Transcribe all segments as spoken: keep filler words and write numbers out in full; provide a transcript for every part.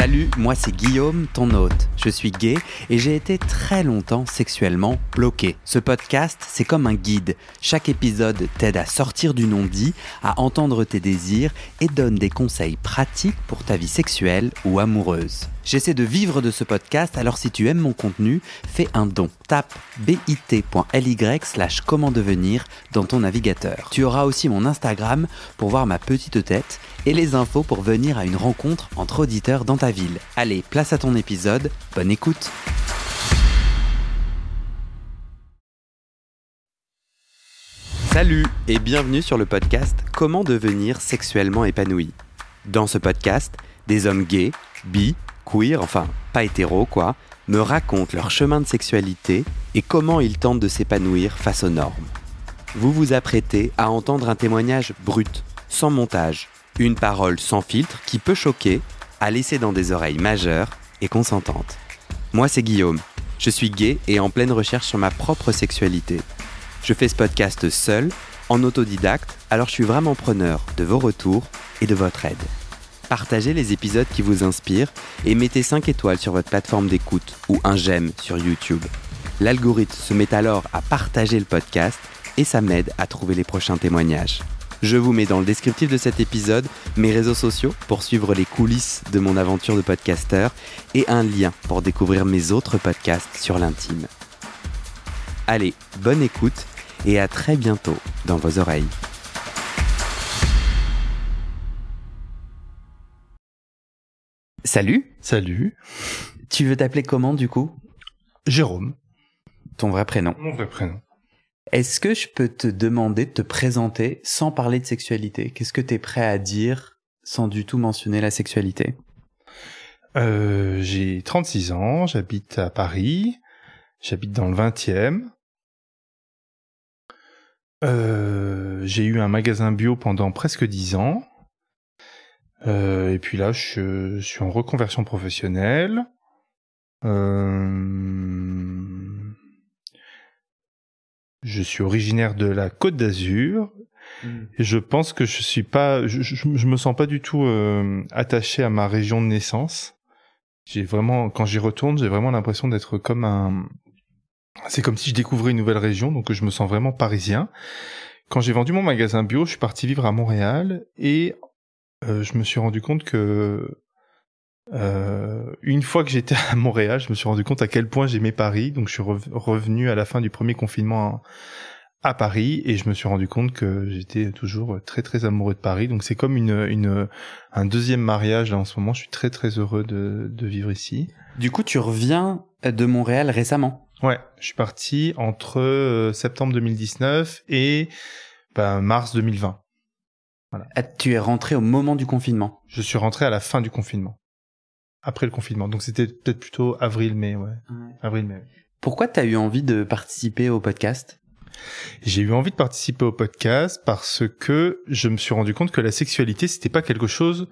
Salut, moi c'est Guillaume, ton hôte. Je suis gay et j'ai été très longtemps sexuellement bloqué. Ce podcast, c'est comme un guide. Chaque épisode t'aide à sortir du non-dit, à entendre tes désirs et donne des conseils pratiques pour ta vie sexuelle ou amoureuse. J'essaie de vivre de ce podcast, alors si tu aimes mon contenu, fais un don. Tape bit.ly slash comment devenir dans ton navigateur. Tu auras aussi mon Instagram pour voir ma petite tête et les infos pour venir à une rencontre entre auditeurs dans ta ville. Allez, place à ton épisode, bonne écoute. Salut et bienvenue sur le podcast Comment devenir sexuellement épanoui. Dans ce podcast, des hommes gays, bi, queer, enfin pas hétéros quoi, me racontent leur chemin de sexualité et comment ils tentent de s'épanouir face aux normes. Vous vous apprêtez à entendre un témoignage brut, sans montage, une parole sans filtre qui peut choquer, à laisser dans des oreilles majeures et consentantes. Moi c'est Guillaume, je suis gay et en pleine recherche sur ma propre sexualité. Je fais ce podcast seul, en autodidacte, alors je suis vraiment preneur de vos retours et de votre aide. Partagez les épisodes qui vous inspirent et mettez cinq étoiles sur votre plateforme d'écoute ou un j'aime sur YouTube. L'algorithme se met alors à partager le podcast et ça m'aide à trouver les prochains témoignages. Je vous mets dans le descriptif de cet épisode mes réseaux sociaux pour suivre les coulisses de mon aventure de podcasteur et un lien pour découvrir mes autres podcasts sur l'intime. Allez, bonne écoute et à très bientôt dans vos oreilles. Salut. Salut. Tu veux t'appeler comment du coup ? Jérôme. Ton vrai prénom. Mon vrai prénom. Est-ce que je peux te demander de te présenter sans parler de sexualité ? Qu'est-ce que tu es prêt à dire sans du tout mentionner la sexualité ? euh, J'ai trente-six ans, j'habite à Paris, j'habite dans le vingtième. Euh, j'ai eu un magasin bio pendant presque dix ans. Euh, et puis là, je, je suis en reconversion professionnelle. Euh, je suis originaire de la Côte d'Azur. Mmh. Et je pense que je suis pas, je, je, je me sens pas du tout euh, attaché à ma région de naissance. J'ai vraiment, quand j'y retourne, j'ai vraiment l'impression d'être comme un, c'est comme si je découvrais une nouvelle région, donc je me sens vraiment parisien. Quand j'ai vendu mon magasin bio, je suis parti vivre à Montréal et Euh, je me suis rendu compte que euh, une fois que j'étais à Montréal, je me suis rendu compte à quel point j'aimais Paris. Donc je suis rev- revenu à la fin du premier confinement à, à Paris et je me suis rendu compte que j'étais toujours très très amoureux de Paris. Donc c'est comme une, une un deuxième mariage là en ce moment. Je suis très très heureux de, de vivre ici. Du coup, tu reviens de Montréal récemment ? Ouais, je suis parti entre euh, septembre deux mille dix-neuf et ben, mars deux mille vingt. Voilà. Tu es rentré au moment du confinement ? Je suis rentré à la fin du confinement. Après le confinement. Donc c'était peut-être plutôt avril-mai, ouais. ouais. Avril-mai. Pourquoi tu as eu envie de participer au podcast ? J'ai eu envie de participer au podcast parce que je me suis rendu compte que la sexualité, c'était pas quelque chose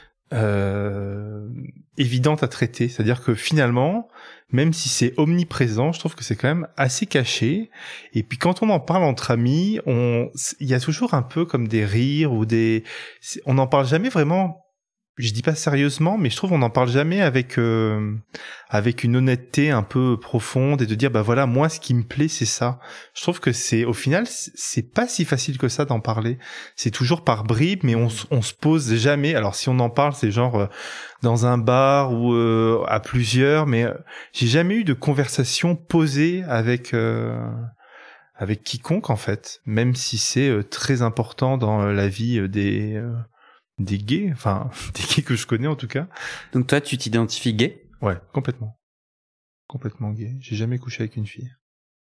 euh, évident à traiter. C'est-à-dire que finalement, même si c'est omniprésent, je trouve que c'est quand même assez caché. Et puis quand on en parle entre amis, on, il y a toujours un peu comme des rires ou des, on n'en parle jamais vraiment. Je dis pas sérieusement, mais je trouve on n'en parle jamais avec euh, avec une honnêteté un peu profonde et de dire bah voilà moi ce qui me plaît c'est ça. Je trouve que c'est au final c'est pas si facile que ça d'en parler. C'est toujours par bribes, mais on on se pose jamais. Alors si on en parle c'est genre euh, dans un bar ou euh, à plusieurs, mais euh, j'ai jamais eu de conversation posée avec euh, avec quiconque en fait, même si c'est euh, très important dans euh, la vie euh, des euh, des gays, enfin des gays que je connais en tout cas. Donc toi tu t'identifies gay ? Ouais, complètement. Complètement gay. J'ai jamais couché avec une fille.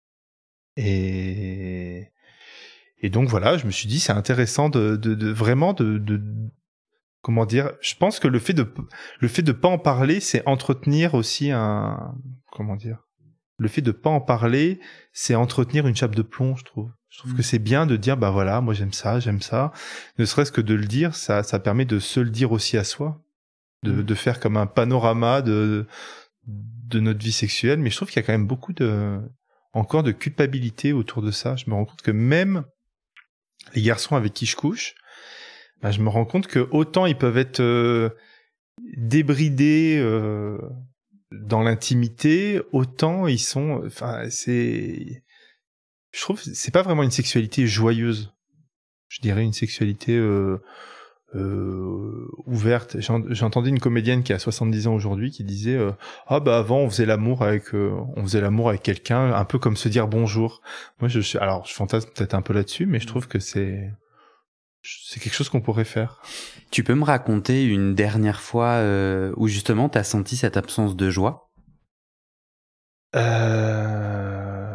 Et et donc voilà, je me suis dit c'est intéressant de de, de vraiment de, de comment dire, je pense que le fait de le fait de pas en parler, c'est entretenir aussi un comment dire. Le fait de pas en parler, c'est entretenir une chape de plomb, je trouve. Je trouve mmh. que c'est bien de dire bah voilà, moi j'aime ça, j'aime ça. Ne serait-ce que de le dire, ça ça permet de se le dire aussi à soi, de mmh. de faire comme un panorama de de notre vie sexuelle, mais je trouve qu'il y a quand même beaucoup de encore de culpabilité autour de ça. Je me rends compte que même les garçons avec qui je couche, bah, je me rends compte que autant ils peuvent être euh, débridés euh, dans l'intimité, autant ils sont. Enfin, c'est. Je trouve que c'est pas vraiment une sexualité joyeuse. Je dirais une sexualité euh, euh, ouverte. J'ai, j'ai entendu une comédienne qui a soixante-dix ans aujourd'hui qui disait euh, ah bah avant on faisait l'amour avec euh, on faisait l'amour avec quelqu'un un peu comme se dire bonjour. Moi je suis alors je fantasme peut-être un peu là-dessus, mais je trouve que c'est c'est quelque chose qu'on pourrait faire. Tu peux me raconter une dernière fois euh, où justement t'as senti cette absence de joie? Euh...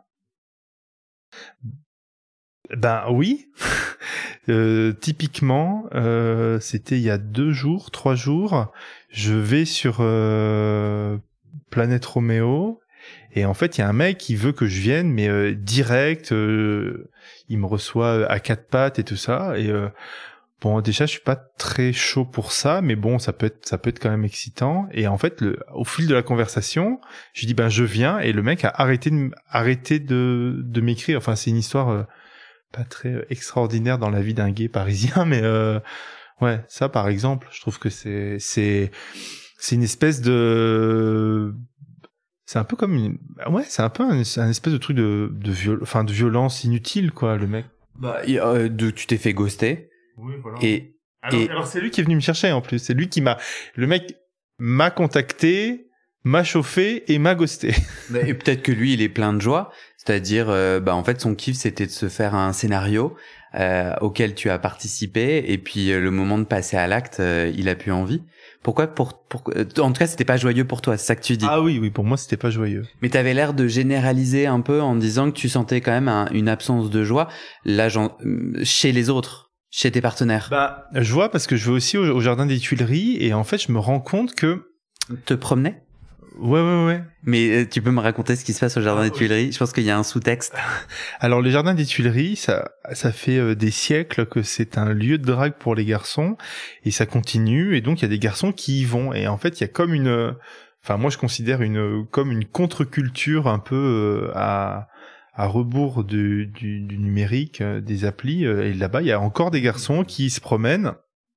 Ben oui. euh, typiquement, euh, c'était il y a deux jours, trois jours. Je vais sur euh, Planète Roméo et en fait il y a un mec qui veut que je vienne, mais euh, direct. Euh, il me reçoit à quatre pattes et tout ça. Et euh, bon, déjà je suis pas très chaud pour ça, mais bon, ça peut être, ça peut être quand même excitant. Et en fait, le, au fil de la conversation, je dis ben je viens et le mec a arrêté de, arrêté de, de m'écrire. Enfin, c'est une histoire. Euh, pas très extraordinaire dans la vie d'un gay parisien, mais euh, ouais, ça par exemple, je trouve que c'est c'est c'est une espèce de c'est un peu comme une ouais, c'est un peu un, un espèce de truc de de viol... enfin de violence inutile quoi, le mec. Bah, euh, de, tu t'es fait ghoster. Oui, voilà. Et alors, et alors c'est lui qui est venu me chercher en plus, c'est lui qui m'a le mec m'a contacté, m'a chauffé et m'a ghosté. bah, et peut-être que lui il est plein de joie. C'est-à-dire, euh, bah en fait, son kiff c'était de se faire un scénario euh, auquel tu as participé, et puis euh, le moment de passer à l'acte, euh, il a plus envie. Pourquoi pour, pour en tout cas, c'était pas joyeux pour toi, c'est ça que tu dis. Ah oui, oui, pour moi c'était pas joyeux. Mais t'avais l'air de généraliser un peu en disant que tu sentais quand même un, une absence de joie là, genre, chez les autres, chez tes partenaires. Bah, je vois parce que je vais aussi au, au jardin des Tuileries et en fait, je me rends compte que te promenais. Ouais, ouais, ouais. Mais euh, tu peux me raconter ce qui se passe au Jardin ah, des Tuileries? Je pense qu'il y a un sous-texte. Alors, les Jardins des Tuileries, ça, ça fait euh, des siècles que c'est un lieu de drague pour les garçons, et ça continue, et donc il y a des garçons qui y vont, et en fait, il y a comme une, enfin, moi je considère une, comme une contre-culture un peu euh, à, à rebours du, du, du numérique, euh, des applis, euh, et là-bas, il y a encore des garçons qui se promènent.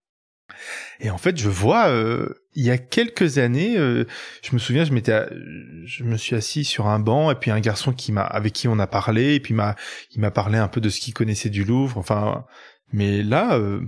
Et en fait, je vois, euh, il y a quelques années, euh, je me souviens, je m'étais, je me suis assis sur un banc et puis un garçon qui m'a, avec qui on a parlé, et puis m'a, il m'a parlé un peu de ce qu'il connaissait du Louvre. Enfin, mais là, euh,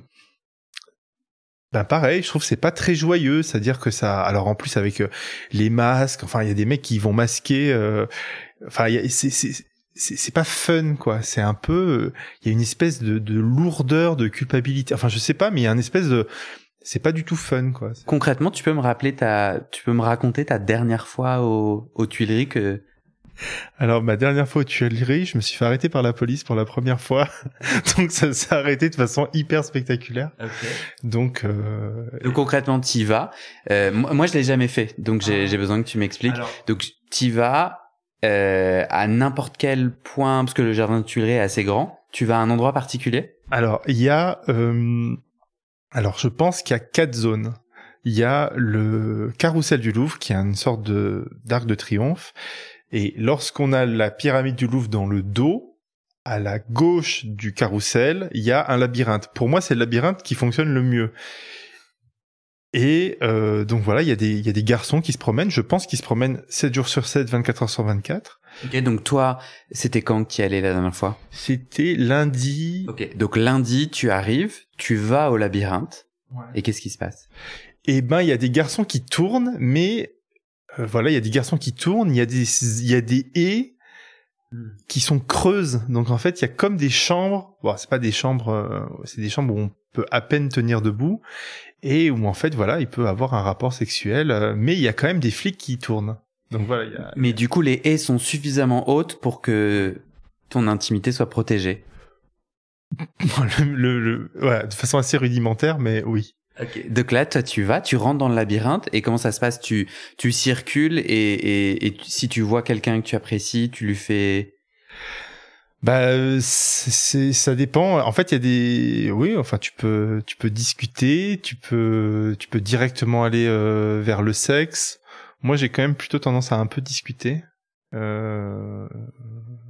ben pareil, je trouve que c'est pas très joyeux, c'est-à-dire que ça, alors en plus avec euh, les masques, enfin il y a des mecs qui vont masquer, euh, enfin il y a, c'est, c'est c'est c'est pas fun quoi, c'est un peu il y a une espèce de de lourdeur, de culpabilité, enfin je sais pas, mais il y a une espèce de c'est pas du tout fun quoi. Concrètement, tu peux me rappeler ta tu peux me raconter ta dernière fois au aux Tuileries que Alors ma dernière fois aux Tuileries, je me suis fait arrêter par la police pour la première fois. Donc ça s'est arrêté de façon hyper spectaculaire. Okay. Donc euh... Donc concrètement, t'y vas. Euh, moi, moi je l'ai jamais fait. Donc j'ai ah. j'ai besoin que tu m'expliques. Alors... Donc t'y vas Euh, à n'importe quel point, parce que le jardin de Tuileries est assez grand, tu vas à un endroit particulier? Alors, il y a... Euh, alors, je pense qu'il y a quatre zones. Il y a le carrousel du Louvre, qui est une sorte de d'arc de triomphe. Et lorsqu'on a la pyramide du Louvre dans le dos, à la gauche du carrousel, il y a un labyrinthe. Pour moi, c'est le labyrinthe qui fonctionne le mieux. Et euh, donc voilà, il y a des il y a des garçons qui se promènent, je pense qu'ils se promènent sept jours sur sept, vingt-quatre heures sur vingt-quatre. OK, donc toi, c'était quand que tu y allais la dernière fois? C'était lundi. OK, donc lundi, tu arrives, tu vas au labyrinthe. Ouais. Et qu'est-ce qui se passe? Eh ben, il y a des garçons qui tournent, mais euh, voilà, il y a des garçons qui tournent, il y a des il y a des haies hmm. qui sont creuses. Donc en fait, il y a comme des chambres. Bon, c'est pas des chambres, euh, c'est des chambres où on peut à peine tenir debout. Et où en fait voilà il peut avoir un rapport sexuel, euh, mais il y a quand même des flics qui tournent. Donc voilà. Y a... Mais du coup les haies sont suffisamment hautes pour que ton intimité soit protégée. le, le, le, ouais, de façon assez rudimentaire, mais oui. Okay. Donc là, toi, tu vas, tu rentres dans le labyrinthe et comment ça se passe? Tu tu circules et et, et tu, si tu vois quelqu'un que tu apprécies, tu lui fais. Bah, c'est, c'est, ça dépend. En fait, il y a des, oui, enfin, tu peux, tu peux discuter, tu peux, tu peux directement aller euh, vers le sexe. Moi, j'ai quand même plutôt tendance à un peu discuter. Euh...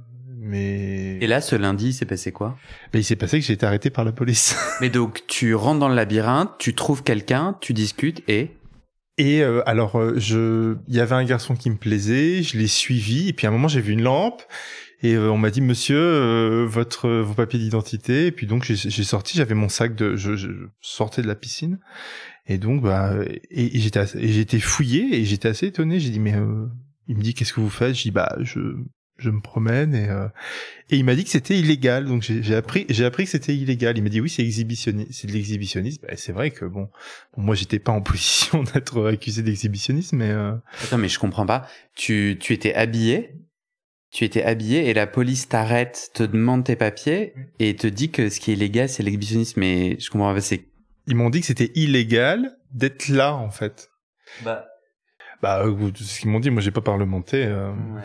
mais. Et là, ce lundi, il s'est passé quoi? Ben, il s'est passé que j'ai été arrêté par la police. Mais donc, tu rentres dans le labyrinthe, tu trouves quelqu'un, tu discutes et... Et euh, alors, euh, je, il y avait un garçon qui me plaisait, je l'ai suivi, et puis à un moment j'ai vu une lampe, et euh, on m'a dit monsieur, euh, votre vos papiers d'identité, et puis donc j'ai, j'ai sorti, j'avais mon sac de, je, je sortais de la piscine, et donc bah, et, et j'étais, assez, et j'étais fouillé, et j'étais assez étonné, j'ai dit mais, euh, il me dit qu'est-ce que vous faites, je dis bah je je me promène et euh, et il m'a dit que c'était illégal, donc j'ai, j'ai appris j'ai appris que c'était illégal. Il m'a dit oui, c'est exhibitionnisme, c'est de l'exhibitionnisme. Et c'est vrai que bon, bon moi j'étais pas en position d'être accusé d'exhibitionnisme, mais euh... attends, mais je comprends pas. Tu tu étais habillé, tu étais habillé et la police t'arrête, te demande tes papiers et te dit que ce qui est illégal c'est l'exhibitionnisme. Mais je comprends pas. C'est Ils m'ont dit que c'était illégal d'être là en fait. Bah bah euh, ce qu'ils m'ont dit, moi j'ai pas parlementé. Euh... Ouais.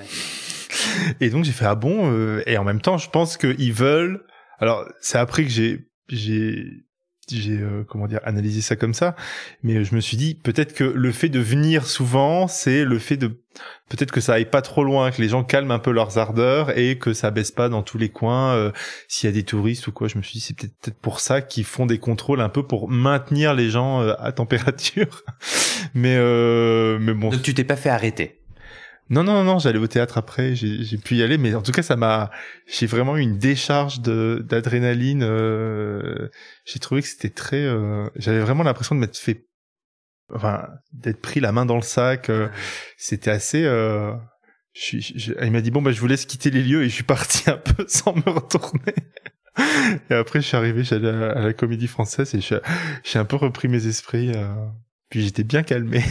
Et donc j'ai fait ah bon euh, et en même temps je pense qu'ils veulent. Alors c'est après que j'ai j'ai j'ai euh, comment dire analysé ça comme ça, mais je me suis dit peut-être que le fait de venir souvent, c'est le fait de peut-être que ça aille pas trop loin, que les gens calment un peu leurs ardeurs et que ça baisse pas dans tous les coins euh, s'il y a des touristes ou quoi. Je me suis dit c'est peut-être, peut-être pour ça qu'ils font des contrôles un peu pour maintenir les gens euh, à température. mais euh, mais bon. Donc tu t'es pas fait arrêter? Non, non, non, j'allais au théâtre après, j'ai, j'ai pu y aller, mais en tout cas, ça m'a, j'ai vraiment eu une décharge de, d'adrénaline, euh, j'ai trouvé que c'était très, euh, j'avais vraiment l'impression de m'être fait, enfin, d'être pris la main dans le sac, euh, c'était assez, euh, je, je, il m'a dit, bon, bah, je vous laisse quitter les lieux, et je suis parti un peu sans me retourner. Et après, je suis arrivé, j'allais à, à la Comédie Française, et je, j'ai un peu repris mes esprits, euh, puis j'étais bien calmé.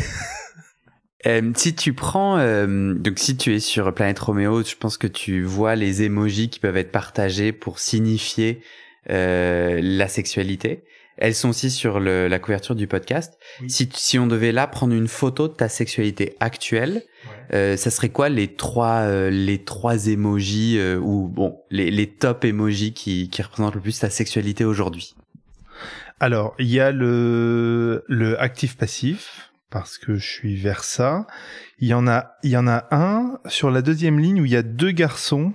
Euh, si tu prends, euh, donc si tu es sur Planète Roméo, je pense que tu vois les émojis qui peuvent être partagés pour signifier euh, la sexualité. Elles sont aussi sur le, la couverture du podcast. Oui. Si, si on devait là prendre une photo de ta sexualité actuelle, ouais. euh, ça serait quoi les trois, euh, les trois émojis euh, ou bon, les, les top émojis qui, qui représentent le plus ta sexualité aujourd'hui? Alors, il y a le, le actif-passif. Parce que je suis vers ça. Il y en a, il y en a un sur la deuxième ligne où il y a deux garçons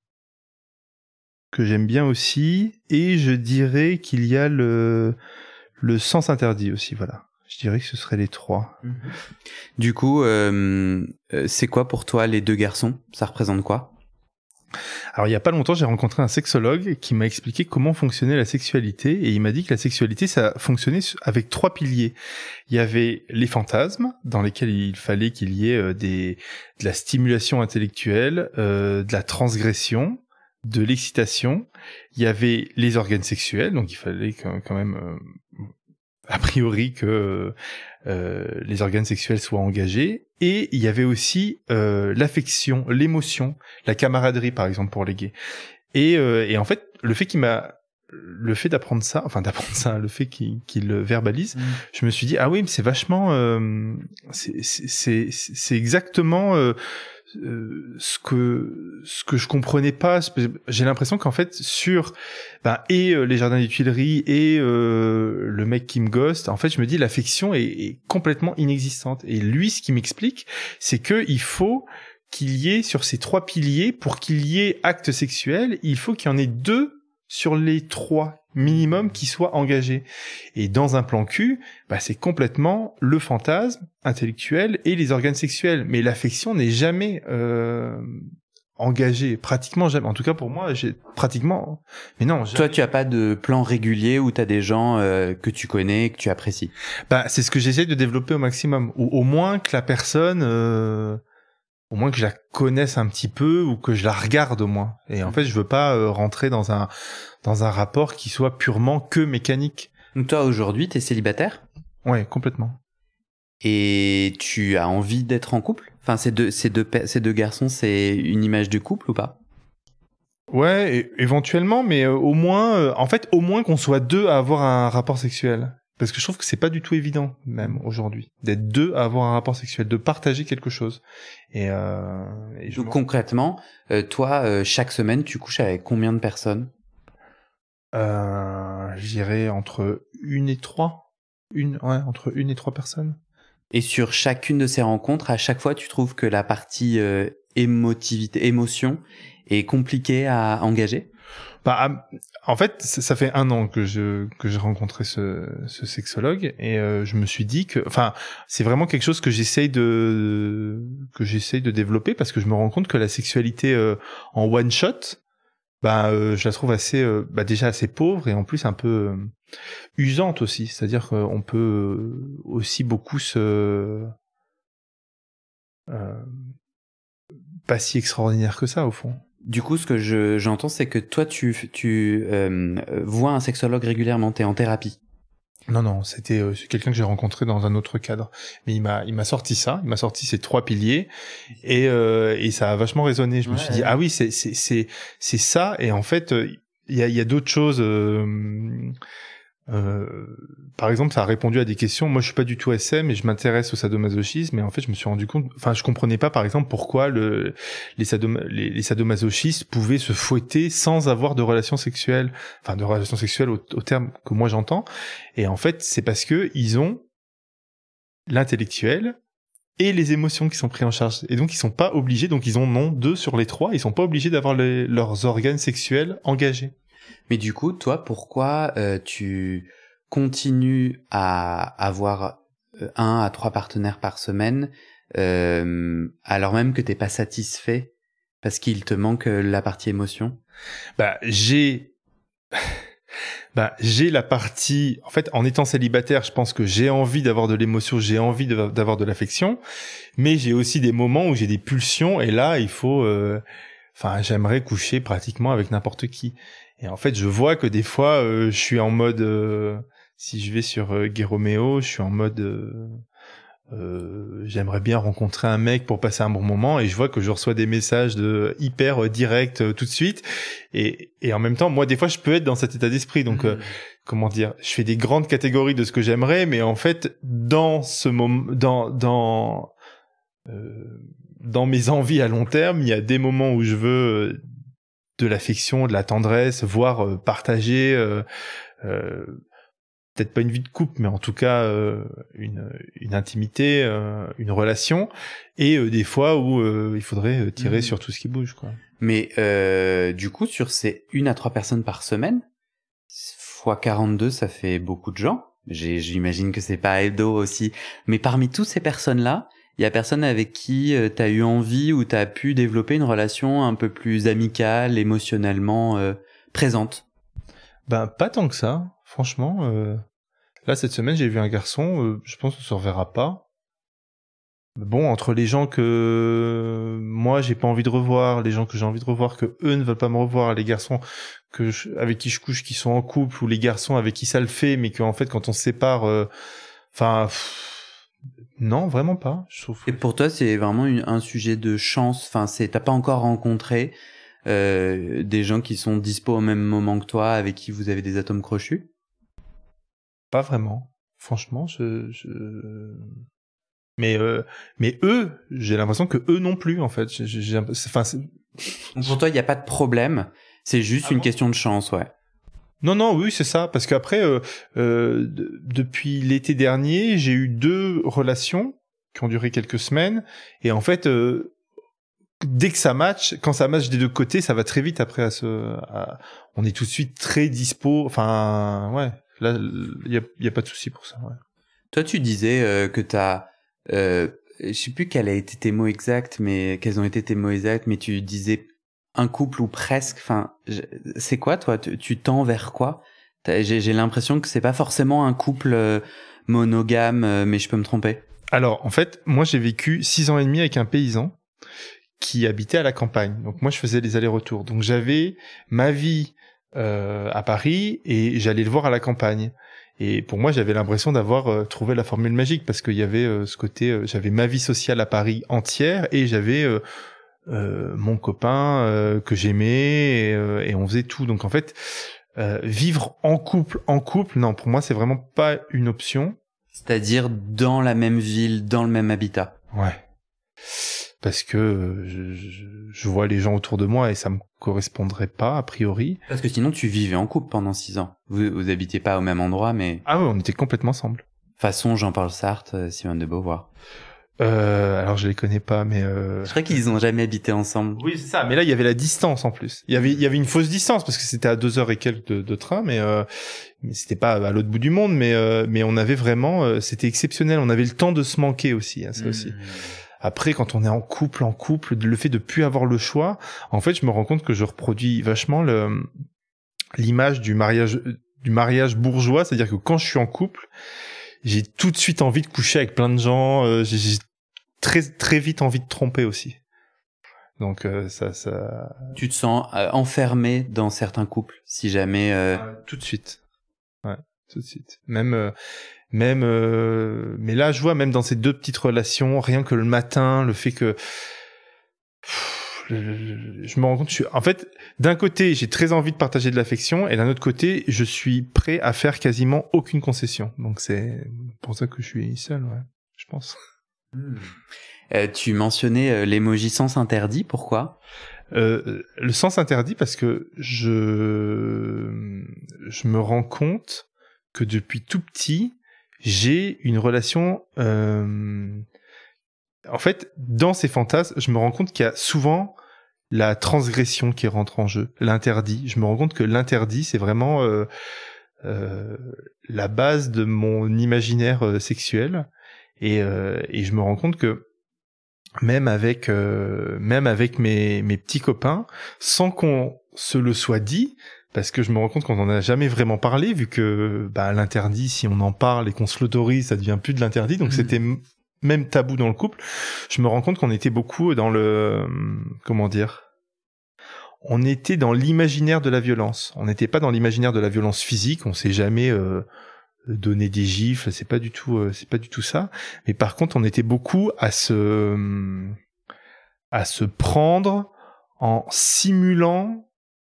que j'aime bien aussi, et je dirais qu'il y a le le sens interdit aussi. Voilà, je dirais que ce seraient les trois. Mmh. Du coup, euh, c'est quoi pour toi les deux garçons? Ça représente quoi? Alors il y a pas longtemps, j'ai rencontré un sexologue qui m'a expliqué comment fonctionnait la sexualité, et il m'a dit que la sexualité, ça fonctionnait avec trois piliers. Il y avait les fantasmes, dans lesquels il fallait qu'il y ait des, de la stimulation intellectuelle, euh, de la transgression, de l'excitation. Il y avait les organes sexuels, donc il fallait quand même, euh, a priori, que euh, les organes sexuels soient engagés. Et il y avait aussi euh, l'affection, l'émotion, la camaraderie, par exemple, pour les gays. Et, euh, et en fait, le fait qu'il m'a, le fait d'apprendre ça, enfin d'apprendre ça, le fait qu'il, qu'il le verbalise, mmh. je me suis dit ah oui, mais c'est vachement, euh, c'est, c'est, c'est, c'est exactement euh, euh, ce que ce que je comprenais pas. J'ai l'impression qu'en fait sur ben, et euh, les jardins des Tuileries et euh, le mec qui me ghost, en fait je me dis l'affection est, est complètement inexistante. Et lui, ce qui m'explique, c'est que il faut qu'il y ait sur ces trois piliers, pour qu'il y ait acte sexuel, il faut qu'il y en ait deux sur les trois minimum qui soient engagés. Et dans un plan cul, bah, c'est complètement le fantasme intellectuel et les organes sexuels. Mais l'affection n'est jamais euh, engagée, pratiquement jamais. En tout cas pour moi, j'ai pratiquement... Mais non, jamais. Toi, tu as pas de plan régulier où tu as des gens euh, que tu connais, que tu apprécies? Bah, c'est ce que j'essaie de développer au maximum. Ou au moins que la personne... Euh... au moins que je la connaisse un petit peu ou que je la regarde au moins. Et en fait, je veux pas euh, rentrer dans un dans un rapport qui soit purement que mécanique. Donc toi, aujourd'hui, t'es célibataire? Ouais, complètement. Et tu as envie d'être en couple? Enfin, ces deux ces deux ces deux garçons, c'est une image du couple ou pas? Ouais, et, éventuellement, mais euh, au moins, euh, en fait, au moins qu'on soit deux à avoir un rapport sexuel. Parce que je trouve que c'est pas du tout évident, même aujourd'hui, d'être deux à avoir un rapport sexuel, de partager quelque chose. Et, euh, et donc concrètement, euh, toi, euh, chaque semaine, tu couches avec combien de personnes? euh, Je dirais entre une et trois. Une, ouais, entre une et trois personnes. Et sur chacune de ces rencontres, à chaque fois, tu trouves que la partie euh, émotivité, émotion et compliqué à engager? Bah, en fait, ça fait un an que je que j'ai rencontré ce, ce sexologue et euh, je me suis dit que, enfin, c'est vraiment quelque chose que j'essaye de que j'essaye de développer parce que je me rends compte que la sexualité euh, en one shot, bah, euh, je la trouve assez, euh, bah, déjà assez pauvre et en plus un peu euh, usante aussi. C'est-à-dire qu'on peut aussi beaucoup se euh, pas si extraordinaire que ça au fond. Du coup, ce que je, j'entends, c'est que toi, tu, tu euh, vois un sexologue régulièrement, t'es en thérapie. Non, non, c'était euh, c'est quelqu'un que j'ai rencontré dans un autre cadre. Mais il m'a, il m'a sorti ça, il m'a sorti ces trois piliers, et euh, et ça a vachement résonné. Je me Ouais, suis dit ouais. ah oui, c'est c'est c'est c'est ça. Et en fait, il y a il y a d'autres choses. Euh, euh, par exemple, ça a répondu à des questions. Moi, je suis pas du tout S M et je m'intéresse au sadomasochisme. Mais en fait, je me suis rendu compte. Enfin, je comprenais pas, par exemple, pourquoi le les sadom les, les sadomasochistes pouvaient se fouetter sans avoir de relations sexuelles. Enfin, de relations sexuelles au, au terme que moi j'entends. Et en fait, c'est parce que ils ont l'intellectuel et les émotions qui sont pris en charge. Et donc, ils sont pas obligés. Donc, ils en ont deux sur les trois. Ils sont pas obligés d'avoir les, leurs organes sexuels engagés. Mais du coup, toi, pourquoi euh, tu continues à avoir un à trois partenaires par semaine euh, alors même que t'es pas satisfait parce qu'il te manque la partie émotion? Bah, j'ai... Bah, j'ai la partie, en fait, en étant célibataire, je pense que j'ai envie d'avoir de l'émotion, j'ai envie de, d'avoir de l'affection, mais j'ai aussi des moments où j'ai des pulsions, et là, il faut, euh... enfin, j'aimerais coucher pratiquement avec n'importe qui. Et en fait, je vois que des fois, euh, je suis en mode, euh... si je vais sur euh, Gay Romeo, je suis en mode, euh... Euh, j'aimerais bien rencontrer un mec pour passer un bon moment, et je vois que je reçois des messages de hyper euh, directs euh, tout de suite, et, et en même temps, moi des fois je peux être dans cet état d'esprit, donc mmh. euh, comment dire, je fais des grandes catégories de ce que j'aimerais, mais en fait dans ce moment, dans dans euh, dans mes envies à long terme, il y a des moments où je veux de l'affection, de la tendresse, voire euh, partager euh, euh, peut-être pas une vie de couple, mais en tout cas euh, une, une intimité, euh, une relation, et euh, des fois où euh, il faudrait tirer mmh. sur tout ce qui bouge, quoi. Mais euh, du coup, sur ces une à trois personnes par semaine, fois quarante-deux, ça fait beaucoup de gens. J'ai, j'imagine que c'est pas hebdo aussi. Mais parmi toutes ces personnes-là, il y a personne avec qui euh, t'as eu envie ou t'as pu développer une relation un peu plus amicale, émotionnellement euh, présente? Ben, pas tant que ça. Franchement, euh, là, cette semaine, j'ai vu un garçon, euh, je pense qu'on se reverra pas. Mais bon, entre les gens que moi, j'ai pas envie de revoir, les gens que j'ai envie de revoir, que eux ne veulent pas me revoir, les garçons que je, avec qui je couche, qui sont en couple, ou les garçons avec qui ça le fait, mais qu'en fait, quand on se sépare, enfin, euh, non, vraiment pas, je trouve. Et pour toi, c'est vraiment une, un sujet de chance. Enfin, c'est, t'as pas encore rencontré euh, des gens qui sont dispo au même moment que toi, avec qui vous avez des atomes crochus? Pas vraiment. Franchement, je, je... mais euh, mais eux, j'ai l'impression que eux non plus en fait. J'ai, j'ai... Enfin, c'est... Pour toi, il y a pas de problème. C'est juste ah une bon question de chance, ouais. Non, non, oui, c'est ça. Parce qu'après, euh, euh, d- depuis l'été dernier, j'ai eu deux relations qui ont duré quelques semaines, et en fait, euh, dès que ça match, quand ça match des deux côtés, ça va très vite après. À se, à... on est tout de suite très dispo. Enfin, ouais. Là, il y a, y a pas de souci pour ça. Ouais. Toi, tu disais euh, que t'as, euh, je sais plus quels a été tes mots exacts, mais quels ont été tes mots exacts, mais tu disais un couple ou presque. Enfin, je, c'est quoi, toi? Tu, tu tends vers quoi? j'ai, j'ai l'impression que c'est pas forcément un couple euh, monogame, euh, mais je peux me tromper. Alors, en fait, moi, j'ai vécu six ans et demi avec un paysan qui habitait à la campagne. Donc, moi, je faisais les allers-retours. Donc, j'avais ma vie Euh, à Paris et j'allais le voir à la campagne, et pour moi j'avais l'impression d'avoir euh, trouvé la formule magique parce qu'il y avait euh, ce côté euh, j'avais ma vie sociale à Paris entière et j'avais euh, euh, mon copain euh, que j'aimais et, euh, et on faisait tout. Donc en fait euh, vivre en couple en couple non, pour moi c'est vraiment pas une option. C'est-à-dire dans la même ville, dans le même habitat. Ouais. Parce que je, je, je vois les gens autour de moi et ça me correspondrait pas a priori. Parce que sinon tu vivais en couple pendant six ans. Vous vous habitiez pas au même endroit, mais ah ouais, on était complètement ensemble. Façon Jean-Paul Sartre, Simone de Beauvoir. Euh, alors je les connais pas, mais euh... je crois qu'ils ont jamais habité ensemble. Oui, c'est ça. Mais là, il y avait la distance en plus. Il y avait, il y avait une fausse distance parce que c'était à deux heures et quelques de, de train, mais, euh, mais c'était pas à l'autre bout du monde. Mais, euh, mais on avait vraiment, euh, c'était exceptionnel. On avait le temps de se manquer aussi, hein, ça mmh. aussi. Après, quand on est en couple, en couple, le fait de plus avoir le choix, en fait, je me rends compte que je reproduis vachement le, l'image du mariage, du mariage bourgeois, c'est-à-dire que quand je suis en couple, j'ai tout de suite envie de coucher avec plein de gens. Euh, j'ai, j'ai très très vite envie de tromper aussi. Donc euh, ça ça. Tu te sens euh, enfermé dans certains couples, si jamais. Euh... Euh, tout de suite. Ouais, tout de suite. Même euh, même. Euh... Mais là, je vois même dans ces deux petites relations, rien que le matin, le fait que. Pff, je me rends compte, je suis... en fait, d'un côté, j'ai très envie de partager de l'affection, et d'un autre côté, je suis prêt à faire quasiment aucune concession. Donc c'est pour ça que je suis seul, ouais, je pense. Mmh. Euh, tu mentionnais euh, l'émoji sens interdit, pourquoi ? euh, Le sens interdit parce que je je me rends compte que depuis tout petit, j'ai une relation... Euh... En fait, dans ces fantasmes, je me rends compte qu'il y a souvent la transgression qui rentre en jeu, l'interdit. Je me rends compte que l'interdit, c'est vraiment euh, euh, la base de mon imaginaire euh, sexuel. Et, euh, et je me rends compte que même avec euh, même avec mes mes petits copains, sans qu'on se le soit dit, parce que je me rends compte qu'on n'en a jamais vraiment parlé, vu que bah, l'interdit, si on en parle et qu'on se l'autorise, ça devient plus de l'interdit. Donc mmh. c'était m- même tabou dans le couple. Je me rends compte qu'on était beaucoup dans le comment dire. On était dans l'imaginaire de la violence. On n'était pas dans l'imaginaire de la violence physique. On s'est jamais euh, donner des gifles, c'est pas du tout euh, c'est pas du tout ça, mais par contre on était beaucoup à se à se prendre en simulant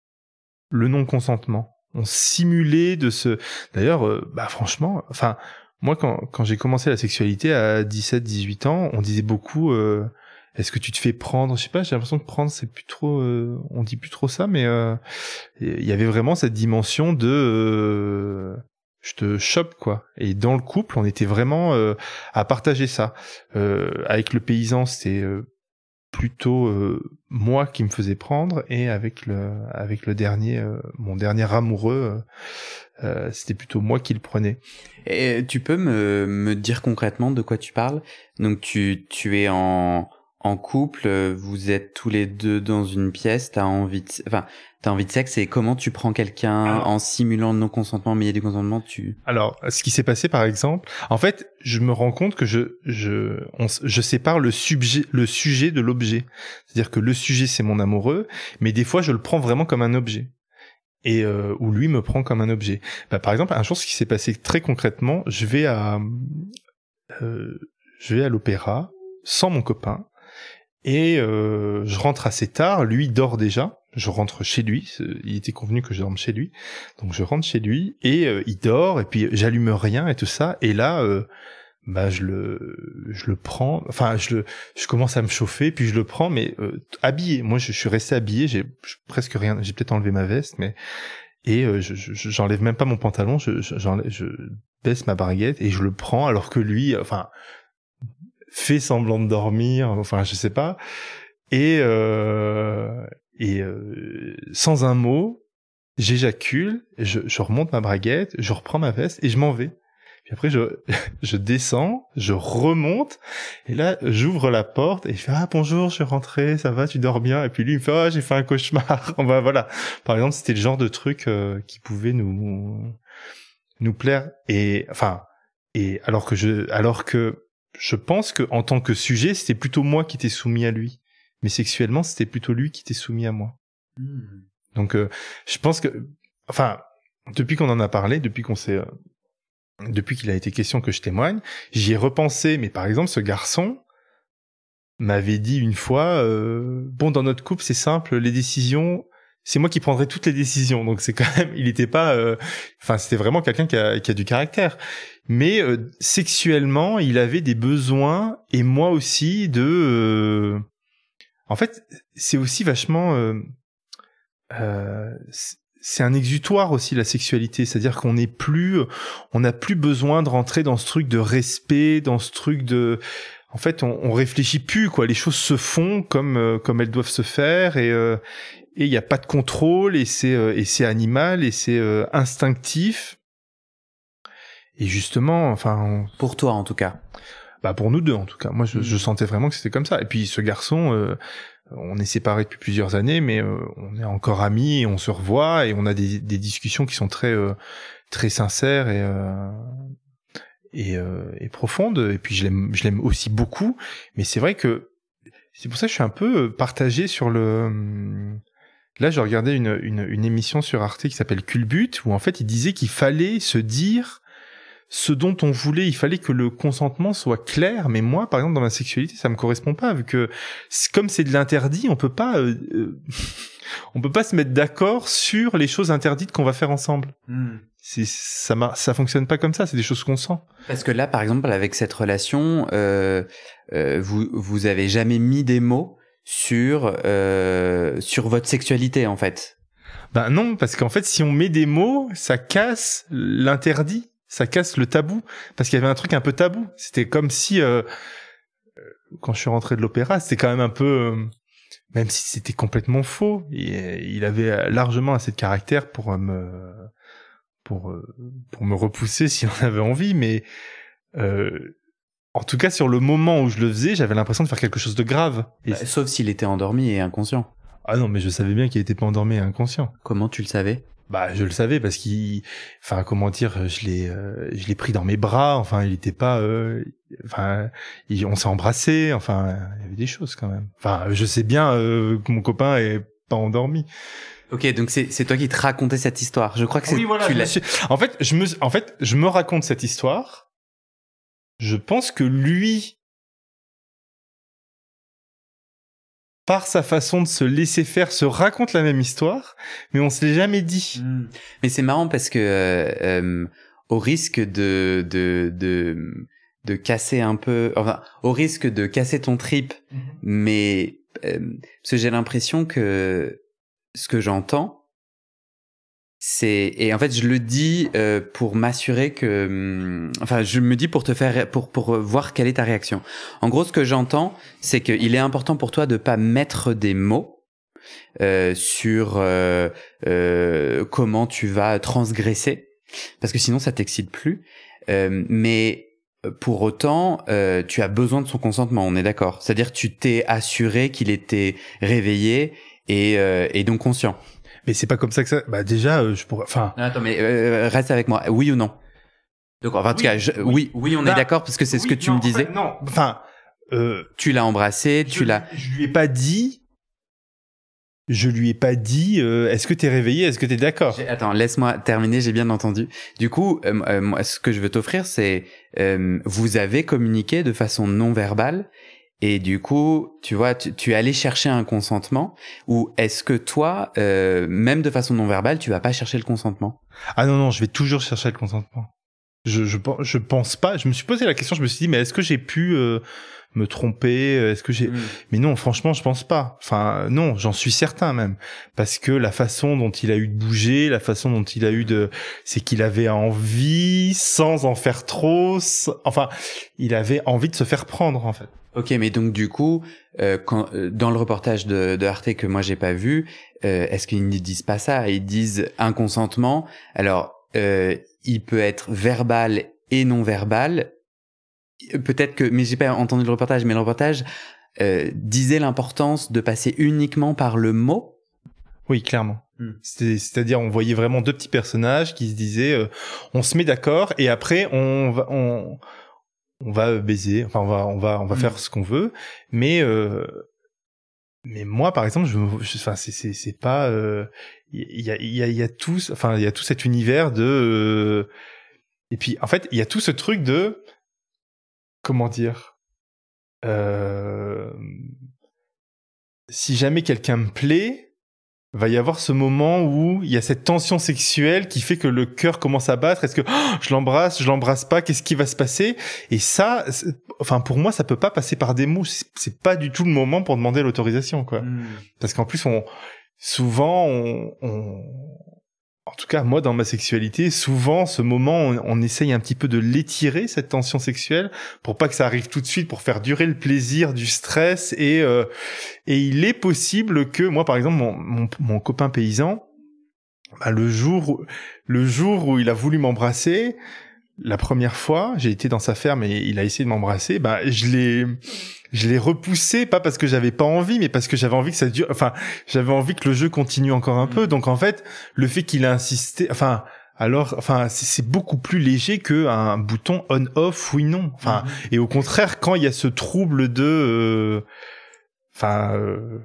le non-consentement. On simulait de se d'ailleurs euh, bah franchement, enfin moi quand quand j'ai commencé la sexualité à dix-sept dix-huit ans, on disait beaucoup euh, est-ce que tu te fais prendre, je sais pas, j'ai l'impression que prendre c'est plus trop euh, on dit plus trop ça, mais il euh, y avait vraiment cette dimension de euh, je te chope quoi. Et dans le couple, on était vraiment euh, à partager ça. Euh, avec le paysan, c'était euh, plutôt euh, moi qui me faisais prendre, et avec le avec le dernier, euh, mon dernier amoureux, euh, euh, c'était plutôt moi qui le prenais. Et tu peux me me dire concrètement de quoi tu parles ? Donc tu tu es en en couple, vous êtes tous les deux dans une pièce, t'as envie de, enfin, t'as envie de sexe, et comment tu prends quelqu'un alors, en simulant le non-consentement, mais il y a du consentement, tu... Alors, ce qui s'est passé, par exemple, en fait, je me rends compte que je, je, on, je sépare le sujet, le sujet de l'objet. C'est-à-dire que le sujet, c'est mon amoureux, mais des fois, je le prends vraiment comme un objet. Et, euh, ou lui me prend comme un objet. Bah, par exemple, un jour, ce qui s'est passé très concrètement, je vais à, euh, je vais à l'opéra, sans mon copain, et euh, je rentre assez tard, lui dort déjà, je rentre chez lui, il était convenu que je dorme chez lui, donc je rentre chez lui, et euh, il dort, et puis j'allume rien et tout ça, et là, euh, bah je le, je le prends, enfin je le, je commence à me chauffer, puis je le prends, mais euh, habillé, moi je, je suis resté habillé, j'ai presque rien, j'ai peut-être enlevé ma veste, mais et euh, je, je, j'enlève même pas mon pantalon, je, je, j'enlève, je baisse ma baguette et je le prends, alors que lui, enfin... fait semblant de dormir, enfin je sais pas, et euh, et euh, sans un mot, j'éjacule, je, je remonte ma braguette, je reprends ma veste et je m'en vais. Puis après je je descends, je remonte, et là j'ouvre la porte et je fais ah bonjour, je suis rentré, ça va, tu dors bien? Et puis lui il me fait ah oh, j'ai fait un cauchemar. Bah voilà, par exemple c'était le genre de truc euh, qui pouvait nous nous plaire, et enfin et alors que je alors que je pense que en tant que sujet, c'était plutôt moi qui étais soumis à lui, mais sexuellement, c'était plutôt lui qui était soumis à moi. Mmh. Donc, euh, je pense que, enfin, depuis qu'on en a parlé, depuis qu'on s'est, euh, depuis qu'il a été question que je témoigne, j'y ai repensé. Mais par exemple, ce garçon m'avait dit une fois, euh, bon, dans notre couple, c'est simple, les décisions, c'est moi qui prendrai toutes les décisions. Donc c'est quand même, il était pas, enfin, euh, c'était vraiment quelqu'un qui a, qui a du caractère. Mais euh, sexuellement, il avait des besoins, et moi aussi, de... Euh... En fait, c'est aussi vachement... Euh... Euh... C'est un exutoire aussi, la sexualité. C'est-à-dire qu'on n'est plus... On n'a plus besoin de rentrer dans ce truc de respect, dans ce truc de... en fait, on, on réfléchit plus, quoi. Les choses se font comme euh, comme elles doivent se faire, et euh, et il y a pas de contrôle, et c'est euh, et c'est animal, et c'est euh, instinctif. Et justement, enfin, on... pour toi en tout cas. Bah pour nous deux en tout cas. Moi, je, mmh. je sentais vraiment que c'était comme ça. Et puis ce garçon, euh, on est séparés depuis plusieurs années, mais euh, on est encore amis, et on se revoit, et on a des, des discussions qui sont très euh, très sincères et euh, et, euh, et profonde, et puis je l'aime je l'aime aussi beaucoup, mais c'est vrai que c'est pour ça que je suis un peu partagé sur le... Là, je regardais une, une, une émission sur Arte qui s'appelle Culbute, où en fait il disait qu'il fallait se dire ce dont on voulait, il fallait que le consentement soit clair, mais moi, par exemple, dans ma sexualité, ça me correspond pas, vu que comme c'est de l'interdit, on peut pas euh, euh, on peut pas se mettre d'accord sur les choses interdites qu'on va faire ensemble. Mm. C'est, ça, ça fonctionne pas comme ça, c'est des choses qu'on sent. Parce que là, par exemple, avec cette relation, euh, euh, vous, vous avez jamais mis des mots sur, euh, sur votre sexualité, en fait. Ben non, parce qu'en fait, si on met des mots, ça casse l'interdit, ça casse le tabou, parce qu'il y avait un truc un peu tabou. C'était comme si, euh, quand je suis rentré de l'opéra, c'était quand même un peu... Euh, même si c'était complètement faux, il, il avait largement assez de caractère pour me... pour pour me repousser s'il en avait envie, mais euh, en tout cas sur le moment où je le faisais, j'avais l'impression de faire quelque chose de grave. Et bah, sauf s'il était endormi et inconscient. Ah non, mais je savais bien qu'il était pas endormi et inconscient. Comment tu le savais ? Bah je le savais parce qu'il, enfin comment dire, je l'ai euh, je l'ai pris dans mes bras. Enfin il était pas, euh... enfin il... on s'est embrassé. Enfin il y avait des choses quand même. Enfin je sais bien euh, que mon copain est pas endormi. Ok, donc c'est c'est toi qui te racontais cette histoire. Je crois que c'est. Oui, voilà. Tu l'as... Suis... En fait, je me, en fait, je me raconte cette histoire. Je pense que lui, par sa façon de se laisser faire, se raconte la même histoire, mais on se l'est jamais dit. Mmh. Mais c'est marrant parce que euh, euh, au risque de de de de casser un peu, enfin, au risque de casser ton trip, mmh. mais euh, parce que j'ai l'impression que ce que j'entends, c'est, et en fait je le dis euh, pour m'assurer que, hum, enfin je me dis pour te faire, pour pour voir quelle est ta réaction. En gros, ce que j'entends, c'est qu'il est important pour toi de pas mettre des mots euh, sur euh, euh, comment tu vas transgresser, parce que sinon ça t'excite plus. Euh, mais pour autant, euh, tu as besoin de son consentement. On est d'accord. C'est-à-dire tu t'es assuré qu'il était réveillé et euh, et donc conscient. Mais c'est pas comme ça que ça. Bah déjà, euh, je pourrais. Enfin. Attends, mais euh, reste avec moi. Oui ou non? Donc, enfin, en tout oui, cas, je... oui, oui, on bah, est d'accord parce que c'est oui, ce que tu non, me disais. En fait, non, enfin, euh, tu l'as embrassé, je, tu l'as. Je lui ai pas dit. Je lui ai pas dit. Euh, est-ce que t'es réveillé? Est-ce que t'es d'accord? J'ai... Attends, laisse-moi terminer. J'ai bien entendu. Du coup, euh, euh, moi, ce que je veux t'offrir, c'est euh, vous avez communiqué de façon non verbale. Et du coup, tu vois, tu, tu es allé chercher un consentement, ou est-ce que toi, euh, même de façon non verbale, tu vas pas chercher le consentement? Ah non, non, je vais toujours chercher le consentement. Je, je, je pense pas, je me suis posé la question, je me suis dit, mais est-ce que j'ai pu euh, me tromper? Est-ce que j'ai... Mm. Mais non, franchement, je pense pas. Enfin, non, j'en suis certain même. Parce que la façon dont il a eu de bouger, la façon dont il a eu de... C'est qu'il avait envie, sans en faire trop... Sans... Enfin, il avait envie de se faire prendre, en fait. Ok, mais donc du coup, euh, quand, euh, dans le reportage de, de Arte que moi j'ai pas vu, euh, est-ce qu'ils ne disent pas ça? Ils disent un consentement. Alors, euh, il peut être verbal et non verbal. Peut-être que, mais j'ai pas entendu le reportage, mais le reportage euh, disait l'importance de passer uniquement par le mot. Oui, clairement. Hmm. C'est, c'est-à-dire, on voyait vraiment deux petits personnages qui se disaient, euh, on se met d'accord et après on va, on on va baiser, enfin on va on va on va mmh. faire ce qu'on veut, mais euh, mais moi par exemple je enfin c'est c'est c'est pas il euh, y a il y a il y a tout enfin il y a tout cet univers de euh, et puis en fait il y a tout ce truc de comment dire euh, si jamais quelqu'un me plaît, va y avoir ce moment où il y a cette tension sexuelle qui fait que le cœur commence à battre. Est-ce que oh, je l'embrasse, je l'embrasse pas, qu'est-ce qui va se passer? Et ça, enfin pour moi, ça peut pas passer par des mots. C'est, c'est pas du tout le moment pour demander l'autorisation, quoi. Mm. Parce qu'en plus, on souvent on, on en tout cas, moi, dans ma sexualité, souvent, ce moment, on, on essaye un petit peu de l'étirer, cette tension sexuelle, pour pas que ça arrive tout de suite, pour faire durer le plaisir du stress. Et, euh, et il est possible que, moi, par exemple, mon, mon, mon copain paysan, bah, le jour, le jour où il a voulu m'embrasser, la première fois, j'ai été dans sa ferme et il a essayé de m'embrasser, bah, je l'ai, je l'ai repoussé, pas parce que j'avais pas envie, mais parce que j'avais envie que ça dure, enfin, j'avais envie que le jeu continue encore un peu. Donc, en fait, le fait qu'il a insisté, enfin, alors, enfin, c'est, c'est beaucoup plus léger qu'un bouton on-off, oui, non. Enfin, mm-hmm. Et au contraire, quand il y a ce trouble de, euh, enfin, euh,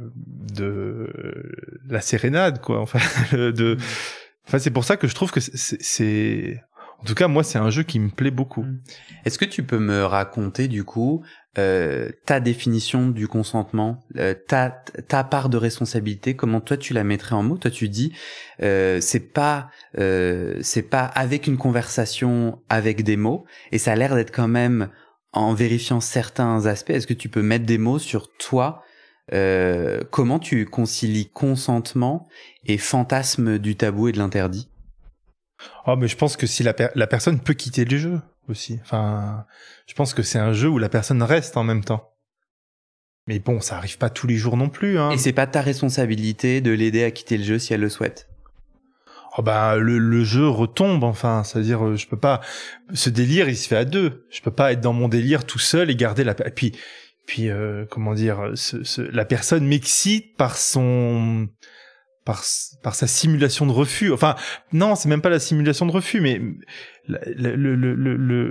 de la sérénade, quoi, enfin, de, mm-hmm. enfin, c'est pour ça que je trouve que c'est, c'est, en tout cas, moi, c'est un jeu qui me plaît beaucoup. Est-ce que tu peux me raconter, du coup, euh, ta définition du consentement, euh, ta, ta part de responsabilité, comment toi tu la mettrais en mots? Toi, tu dis, euh, c'est pas, euh, c'est pas avec une conversation, avec des mots, et ça a l'air d'être quand même en vérifiant certains aspects. Est-ce que tu peux mettre des mots sur toi? Euh, comment tu concilies consentement et fantasme du tabou et de l'interdit? Oh, mais je pense que si la, per- la personne peut quitter le jeu aussi. Enfin, je pense que c'est un jeu où la personne reste en même temps. Mais bon, ça arrive pas tous les jours non plus. Hein. Et c'est pas ta responsabilité de l'aider à quitter le jeu si elle le souhaite. Oh bah le, le jeu retombe. Enfin, c'est-à-dire, je peux pas. Ce délire, il se fait à deux. Je peux pas être dans mon délire tout seul et garder la. Et puis, puis euh, comment dire, ce, ce... la personne m'excite par son. Par, par sa simulation de refus. Enfin, non, c'est même pas la simulation de refus, mais le, le, le, le, le,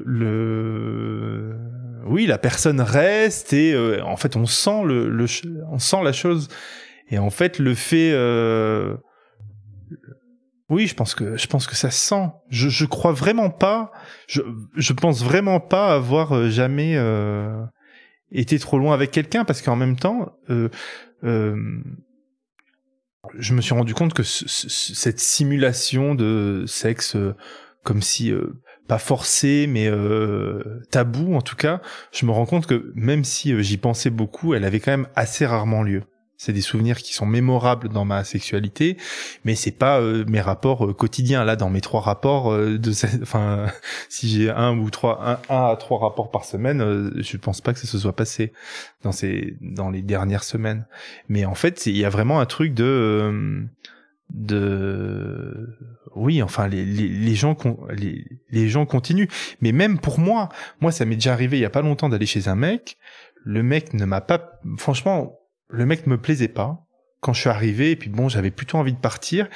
le... oui, la personne reste et euh, en fait, on sent le, le, on sent la chose. Et en fait, le fait, euh... oui, je pense que, je pense que ça se sent. Je, je crois vraiment pas. Je, je pense vraiment pas avoir jamais euh, été trop loin avec quelqu'un parce qu'en même temps. Euh, euh, je me suis rendu compte que ce, ce, cette simulation de sexe, euh, comme si, euh, pas forcé, mais euh, tabou en tout cas, je me rends compte que même si euh, j'y pensais beaucoup, elle avait quand même assez rarement lieu. C'est des souvenirs qui sont mémorables dans ma sexualité, mais c'est pas euh, mes rapports euh, quotidiens. Là, dans mes trois rapports, euh, de, enfin, si j'ai un ou trois, un, un à trois rapports par semaine, euh, je pense pas que ça se soit passé dans ces, dans les dernières semaines. Mais en fait, il y a vraiment un truc de, euh, de, oui, enfin, les, les, les gens, les, les gens continuent. Mais même pour moi, moi, ça m'est déjà arrivé il y a pas longtemps d'aller chez un mec. Le mec ne m'a pas, franchement. Le mec me plaisait pas quand je suis arrivé, et puis bon, j'avais plutôt envie de partir.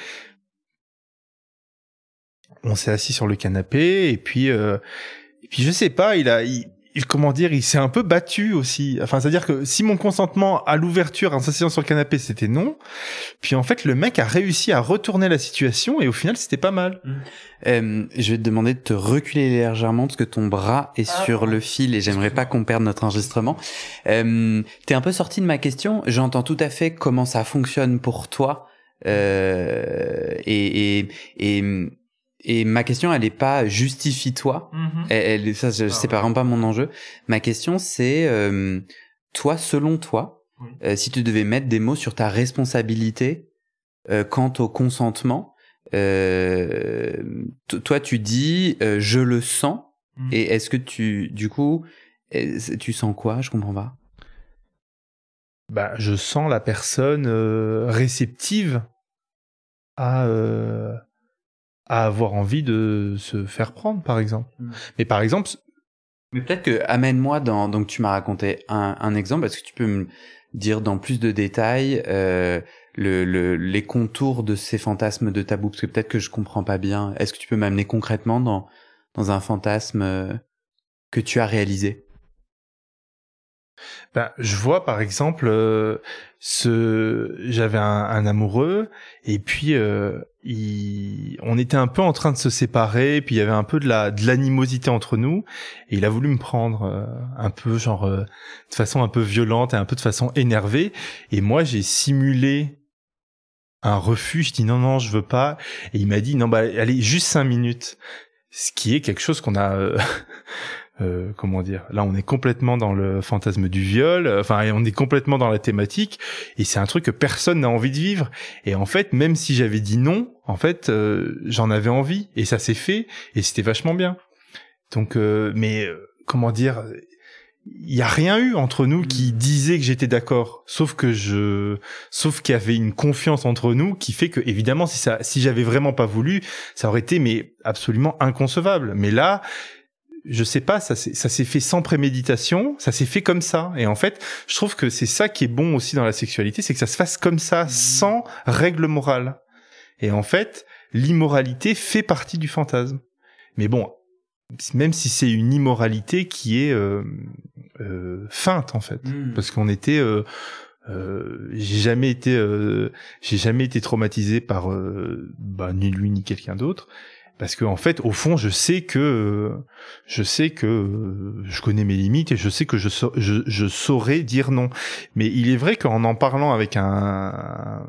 On s'est assis sur le canapé, et puis, euh, et puis je sais pas, il a, il, il, comment dire, il s'est un peu battu aussi. Enfin, c'est-à-dire que si mon consentement à l'ouverture, en s'asseyant sur le canapé, c'était non, puis en fait, le mec a réussi à retourner la situation, et au final, c'était pas mal. Mmh. Euh, je vais te demander de te reculer légèrement parce que ton bras est ah, sur le fil et j'aimerais pas qu'on perde notre enregistrement. Euh, t'es un peu sorti de ma question. J'entends tout à fait comment ça fonctionne pour toi. Euh, et, et, et, et ma question, elle est pas justifie-toi. Mm-hmm. Elle, elle, ça, je, ah, c'est ouais. Vraiment pas mon enjeu. Ma question, c'est euh, toi, selon toi, oui. euh, si tu devais mettre des mots sur ta responsabilité euh, quant au consentement. Euh, t- toi tu dis euh, je le sens mmh. Et est-ce que tu du coup tu sens quoi? Je comprends pas. Bah je sens la personne euh, réceptive à euh, à avoir envie de se faire prendre par exemple. Mmh. Mais par exemple mais peut-être que amène-moi dans donc tu m'as raconté un, un exemple. Est-ce que tu peux me dire dans plus de détails euh, Le, le, les contours de ces fantasmes de tabou, parce que peut-être que je comprends pas bien. Est-ce que tu peux m'amener concrètement dans, dans un fantasme euh, que tu as réalisé? Ben, je vois par exemple, euh, ce... j'avais un, un amoureux, et puis euh, il... on était un peu en train de se séparer, puis il y avait un peu de, la... de l'animosité entre nous, et il a voulu me prendre euh, un peu, genre, euh, de façon un peu violente et un peu de façon énervée, et moi j'ai simulé un refus, je dis non, non, je veux pas. Et il m'a dit, non, bah, allez, juste cinq minutes. Ce qui est quelque chose qu'on a, euh, euh, comment dire, là on est complètement dans le fantasme du viol, enfin on est complètement dans la thématique, et c'est un truc que personne n'a envie de vivre. Et en fait, même si j'avais dit non, en fait, euh, j'en avais envie, et ça s'est fait, et c'était vachement bien. Donc, euh, mais euh, comment dire, il y a rien eu entre nous qui disait que j'étais d'accord, sauf que je, sauf qu'il y avait une confiance entre nous qui fait que, évidemment, si ça, si j'avais vraiment pas voulu, ça aurait été mais absolument inconcevable. Mais là, je sais pas, ça s'est, ça s'est fait sans préméditation, ça s'est fait comme ça. Et en fait, je trouve que c'est ça qui est bon aussi dans la sexualité, c'est que ça se fasse comme ça, sans règle morale. Et en fait, l'immoralité fait partie du fantasme. Mais bon, même si c'est une immoralité qui est euh, euh, feinte en fait, mmh. parce qu'on était, euh, euh, j'ai jamais été, euh, j'ai jamais été traumatisé par euh, bah, ni lui ni quelqu'un d'autre, parce que en fait, au fond, je sais que, euh, je sais que euh, je connais mes limites et je sais que je, sa- je, je saurais dire non. Mais il est vrai qu'en en parlant avec un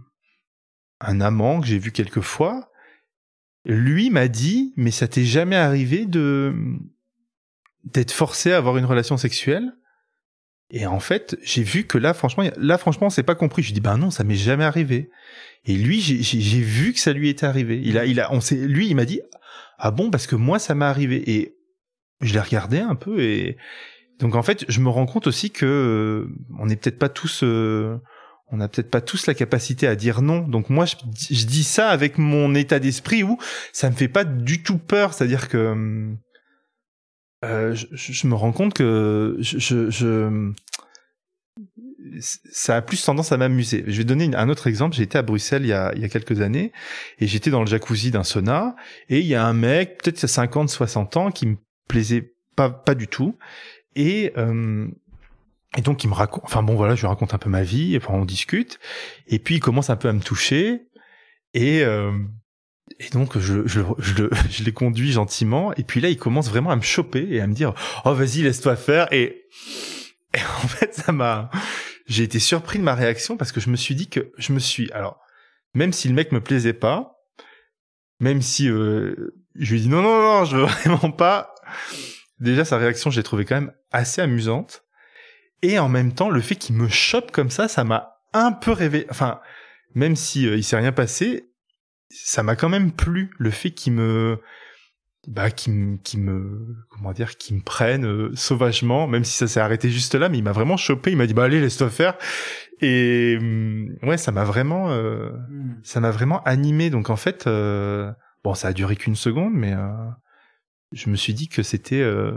un amant que j'ai vu quelques fois. Lui m'a dit, mais ça t'est jamais arrivé de d'être forcé à avoir une relation sexuelle? Et en fait, j'ai vu que là, franchement, là, franchement, on s'est pas compris. Je dis, ben non, ça m'est jamais arrivé. Et lui, j'ai, j'ai, j'ai vu que ça lui était arrivé. Il a, il a, on s'est, lui, il m'a dit, ah bon, parce que moi, ça m'est arrivé. Et je l'ai regardé un peu et donc en fait, je me rends compte aussi que euh, on n'est peut-être pas tous. Euh, On n'a peut-être pas tous la capacité à dire non. Donc moi, je, je dis ça avec mon état d'esprit où ça me fait pas du tout peur. C'est-à-dire que euh, je, je me rends compte que je, je, je, ça a plus tendance à m'amuser. Je vais donner une, un autre exemple. J'ai été à Bruxelles il y a, il y a quelques années et j'étais dans le jacuzzi d'un sauna et il y a un mec, peut-être cinquante, soixante ans, qui me plaisait pas, pas du tout. Et... Euh, Et donc il me raconte, enfin bon voilà, je lui raconte un peu ma vie, et puis on discute, et puis il commence un peu à me toucher, et euh, et donc je je je le je l'ai conduit gentiment, et puis là il commence vraiment à me choper et à me dire oh vas-y laisse-toi faire, et, et en fait ça m'a, j'ai été surpris de ma réaction parce que je me suis dit que je me suis, alors même si le mec me plaisait pas, même si euh, je lui ai dit non non non je veux vraiment pas, déjà sa réaction je l'ai trouvée quand même assez amusante. Et en même temps, le fait qu'il me chope comme ça, ça m'a un peu réveillé. Enfin, même si euh, il s'est rien passé, ça m'a quand même plu. Le fait qu'il me, bah, qu'il me, qu'il me, comment dire, qu'il me prenne euh, sauvagement, même si ça s'est arrêté juste là, mais il m'a vraiment chopé. Il m'a dit, bah allez, laisse-toi faire. Et ouais, ça m'a vraiment, euh, mm. ça m'a vraiment animé. Donc en fait, euh, bon, ça a duré qu'une seconde, mais euh, je me suis dit que c'était, euh,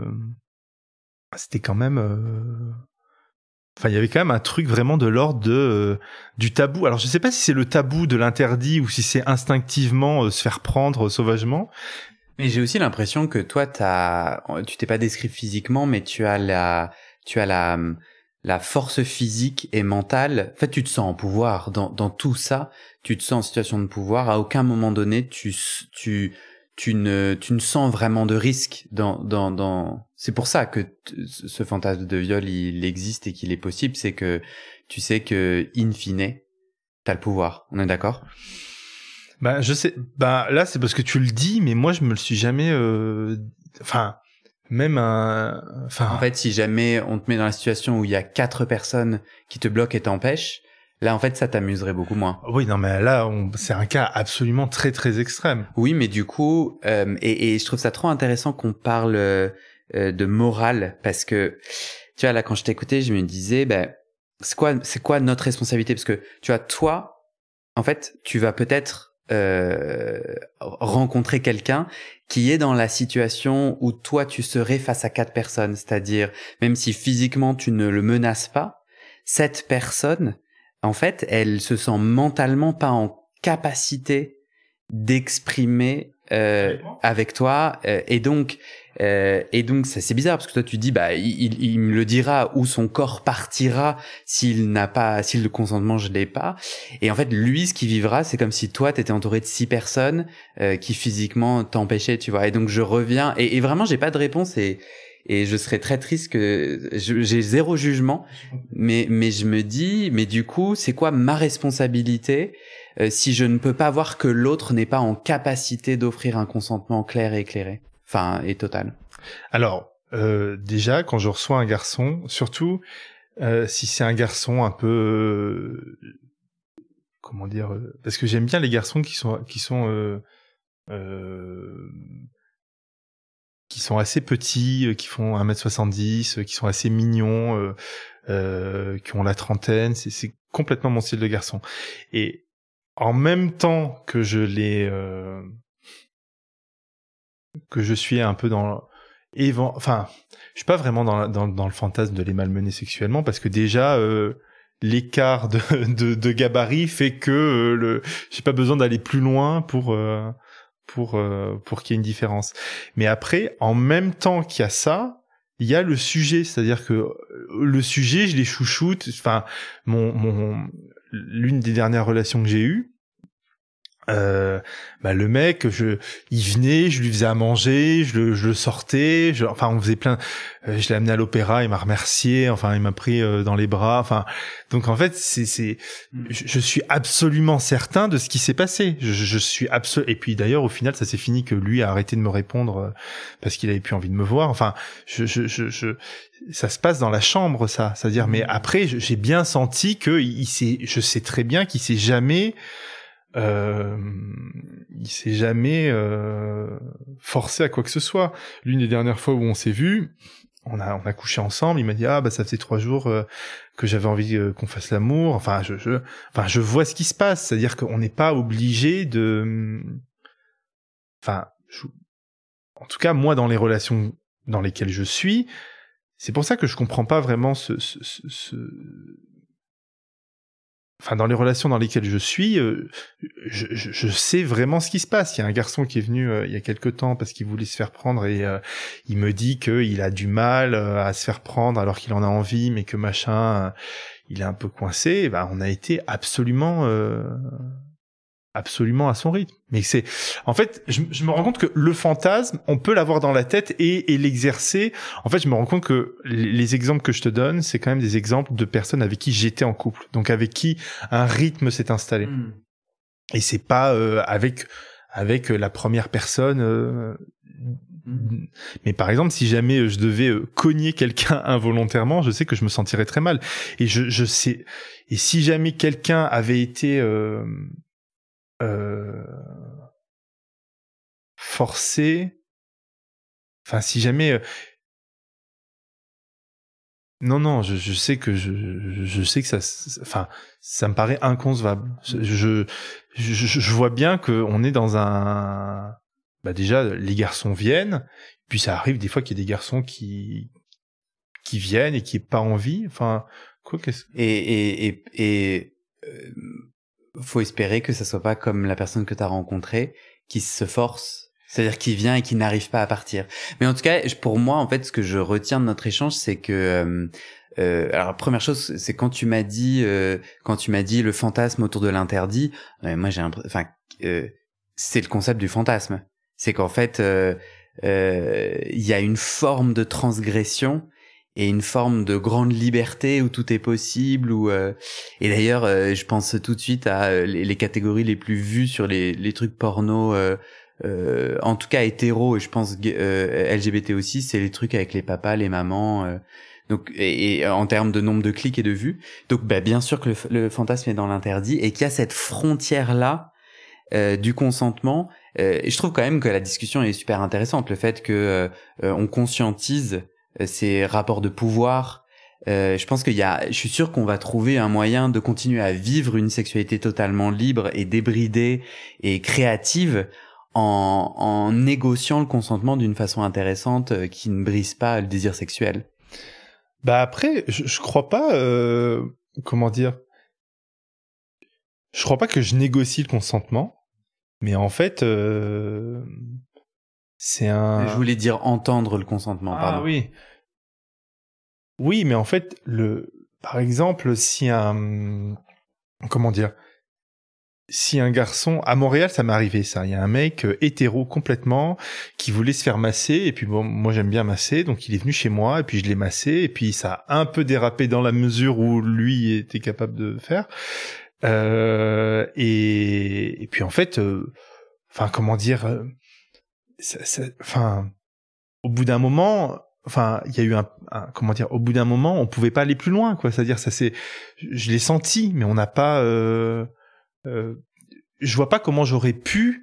c'était quand même. Euh, Enfin, il y avait quand même un truc vraiment de l'ordre de euh, du tabou. Alors, je sais pas si c'est le tabou de l'interdit ou si c'est instinctivement euh, se faire prendre euh, sauvagement. Mais j'ai aussi l'impression que toi, t'as, tu t'es pas décrit physiquement, mais tu as la, tu as la, la force physique et mentale. En fait, tu te sens en pouvoir dans dans tout ça. Tu te sens en situation de pouvoir. À aucun moment donné, tu tu tu ne tu ne sens vraiment de risque dans dans dans c'est pour ça que t- ce fantasme de viol il existe et qu'il est possible, c'est que tu sais que in fine t'as le pouvoir, on est d'accord? Bah je sais, bah là c'est parce que tu le dis, mais moi je me le suis jamais euh... enfin même un enfin en fait si jamais on te met dans la situation où il y a quatre personnes qui te bloquent et t'empêchent, là, en fait, ça t'amuserait beaucoup moins. Oui, non, mais là, on... c'est un cas absolument très, très extrême. Oui, mais du coup, euh, et, et je trouve ça trop intéressant qu'on parle euh, de morale, parce que, tu vois, là, quand je t'écoutais, je me disais, ben, c'est quoi, c'est quoi notre responsabilité? Parce que, tu vois, toi, en fait, tu vas peut-être euh, rencontrer quelqu'un qui est dans la situation où toi, tu serais face à quatre personnes. C'est-à-dire, même si physiquement, tu ne le menaces pas, cette personne... En fait, elle se sent mentalement pas en capacité d'exprimer euh, avec toi, euh, et donc euh, et donc ça c'est bizarre parce que toi tu dis bah il, il me le dira où son corps partira s'il n'a pas, si le consentement je l'ai pas, et en fait lui ce qu'il vivra c'est comme si toi t'étais entouré de six personnes euh, qui physiquement t'empêchaient, tu vois, et donc je reviens et, et vraiment j'ai pas de réponse et Et je serais très triste que je, j'ai zéro jugement, mais mais je me dis, mais du coup, c'est quoi ma responsabilité euh, si je ne peux pas voir que l'autre n'est pas en capacité d'offrir un consentement clair et éclairé, enfin et total. Alors euh, déjà quand je reçois un garçon, surtout euh, si c'est un garçon un peu euh, comment dire, euh, parce que j'aime bien les garçons qui sont qui sont euh, euh, qui sont assez petits, euh, qui font un mètre soixante-dix, euh, qui sont assez mignons, euh, euh, qui ont la trentaine, c'est, c'est complètement mon style de garçon. Et en même temps que je les euh, que je suis un peu dans évan- enfin, je suis pas vraiment dans, dans dans le fantasme de les malmener sexuellement parce que déjà euh, l'écart de, de de gabarit fait que euh, le j'ai pas besoin d'aller plus loin pour euh, pour euh, pour qu'il y ait une différence. Mais après, en même temps qu'il y a ça, il y a le sujet, c'est-à-dire que le sujet, je les chouchoute. Enfin, mon mon l'une des dernières relations que j'ai eues, euh, bah le mec, je, il venait, je lui faisais à manger, je le, je le sortais, je, enfin on faisait plein, euh, je l'ai amené à l'opéra, il m'a remercié, enfin il m'a pris euh, dans les bras, enfin donc en fait c'est, c'est, je, je suis absolument certain de ce qui s'est passé, je, je suis absolument, et puis d'ailleurs au final ça s'est fini que lui a arrêté de me répondre euh, parce qu'il avait plus envie de me voir, enfin je, je, je, je ça se passe dans la chambre ça, c'est-à-dire mais après j'ai bien senti que il, il s'est, je sais très bien qu'il s'est jamais Euh, il s'est jamais euh, forcé à quoi que ce soit. L'une des dernières fois où on s'est vu, on a on a couché ensemble. Il m'a dit ah bah ça faisait trois jours euh, que j'avais envie euh, qu'on fasse l'amour. Enfin je je enfin je vois ce qui se passe. C'est-à-dire qu'on n'est pas obligé de. Enfin je... en tout cas moi dans les relations dans lesquelles je suis, c'est pour ça que je comprends pas vraiment ce ce, ce, ce... Enfin, dans les relations dans lesquelles je suis, euh, je, je, je sais vraiment ce qui se passe. Il y a un garçon qui est venu euh, il y a quelque temps parce qu'il voulait se faire prendre et euh, il me dit qu'il a du mal euh, à se faire prendre alors qu'il en a envie, mais que machin, euh, il est un peu coincé. Et ben, on a été absolument, euh, absolument à son rythme. Mais c'est, en fait, je, je me rends compte que le fantasme, on peut l'avoir dans la tête et, et l'exercer. En fait, je me rends compte que les, les exemples que je te donne, c'est quand même des exemples de personnes avec qui j'étais en couple, donc avec qui un rythme s'est installé. Mmh. Et c'est pas euh, avec avec la première personne. Euh, mmh. Mais par exemple, si jamais je devais cogner quelqu'un involontairement, je sais que je me sentirais très mal. Et je, je sais. Et si jamais quelqu'un avait été euh, Euh, forcé, enfin si jamais euh... non non je, je sais que je, je sais que ça enfin ça me paraît inconcevable. Je je, je, je vois bien que on est dans un bah déjà les garçons viennent, puis ça arrive des fois qu'il y a des garçons qui qui viennent et qui n'ont pas envie, enfin quoi qu'est-ce et et et, et euh... faut espérer que ça soit pas comme la personne que tu as rencontrée qui se force, c'est-à-dire qui vient et qui n'arrive pas à partir. Mais en tout cas, pour moi, en fait, ce que je retiens de notre échange, c'est que euh, euh, alors première chose, c'est quand tu m'as dit euh, quand tu m'as dit le fantasme autour de l'interdit, euh, moi j'ai enfin euh, c'est le concept du fantasme. C'est qu'en fait euh, euh, il y a une forme de transgression et une forme de grande liberté où tout est possible, où euh... et d'ailleurs euh, je pense tout de suite à euh, les, les catégories les plus vues sur les, les trucs porno euh, euh, en tout cas hétéro et je pense euh, L G B T aussi, c'est les trucs avec les papas, les mamans euh, donc et, et en termes de nombre de clics et de vues, donc bah, bien sûr que le, le fantasme est dans l'interdit et qu'il y a cette frontière là euh, du consentement euh, et je trouve quand même que la discussion est super intéressante, le fait que euh, on conscientise ces rapports de pouvoir. Euh, je pense qu'il y a, je suis sûr qu'on va trouver un moyen de continuer à vivre une sexualité totalement libre et débridée et créative en, en négociant le consentement d'une façon intéressante euh, qui ne brise pas le désir sexuel. Bah après, je, je crois pas, euh, comment dire, je crois pas que je négocie le consentement, mais en fait, euh, c'est un... Je voulais dire entendre le consentement, ah, pardon. Ah oui. Oui, mais en fait, le, par exemple, si un, comment dire, si un garçon, à Montréal, ça m'est arrivé ça, il y a un mec euh, hétéro complètement qui voulait se faire masser, et puis bon, moi j'aime bien masser, donc il est venu chez moi, et puis je l'ai massé, et puis ça a un peu dérapé dans la mesure où lui était capable de faire, euh, et, et puis en fait, enfin euh, comment dire, enfin, au bout d'un moment, enfin, il y a eu un, un, comment dire, au bout d'un moment, on pouvait pas aller plus loin, quoi. C'est-à-dire, ça c'est, je l'ai senti, mais on n'a pas, euh, euh, je vois pas comment j'aurais pu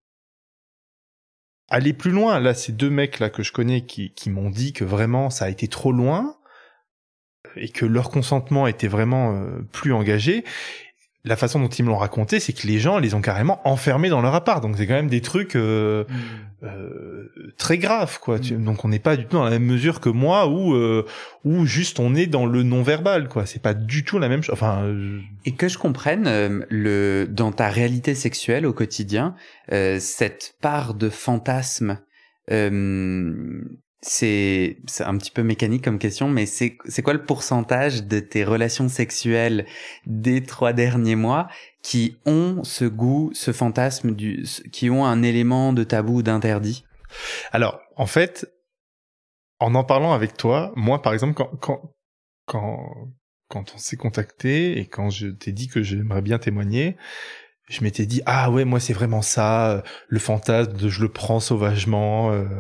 aller plus loin. Là, ces deux mecs là que je connais qui, qui m'ont dit que vraiment ça a été trop loin et que leur consentement était vraiment euh, plus engagé. La façon dont ils me l'ont raconté, c'est que les gens les ont carrément enfermés dans leur appart. Donc c'est quand même des trucs euh, mmh. euh, très graves, quoi. Mmh. Donc on n'est pas du tout dans la même mesure que moi, où euh, où juste on est dans le non-verbal, quoi. C'est pas du tout la même chose. Enfin. Euh... Et que je comprenne, euh, le dans ta réalité sexuelle au quotidien, euh, cette part de fantasme. Euh, C'est, c'est un petit peu mécanique comme question, mais c'est, c'est quoi le pourcentage de tes relations sexuelles des trois derniers mois qui ont ce goût, ce fantasme, du, qui ont un élément de tabou ou d'interdit? Alors, en fait, en en parlant avec toi, moi, par exemple, quand, quand, quand, quand on s'est contacté et quand je t'ai dit que j'aimerais bien témoigner, je m'étais dit, ah ouais, moi, c'est vraiment ça, le fantasme de je le prends sauvagement, euh,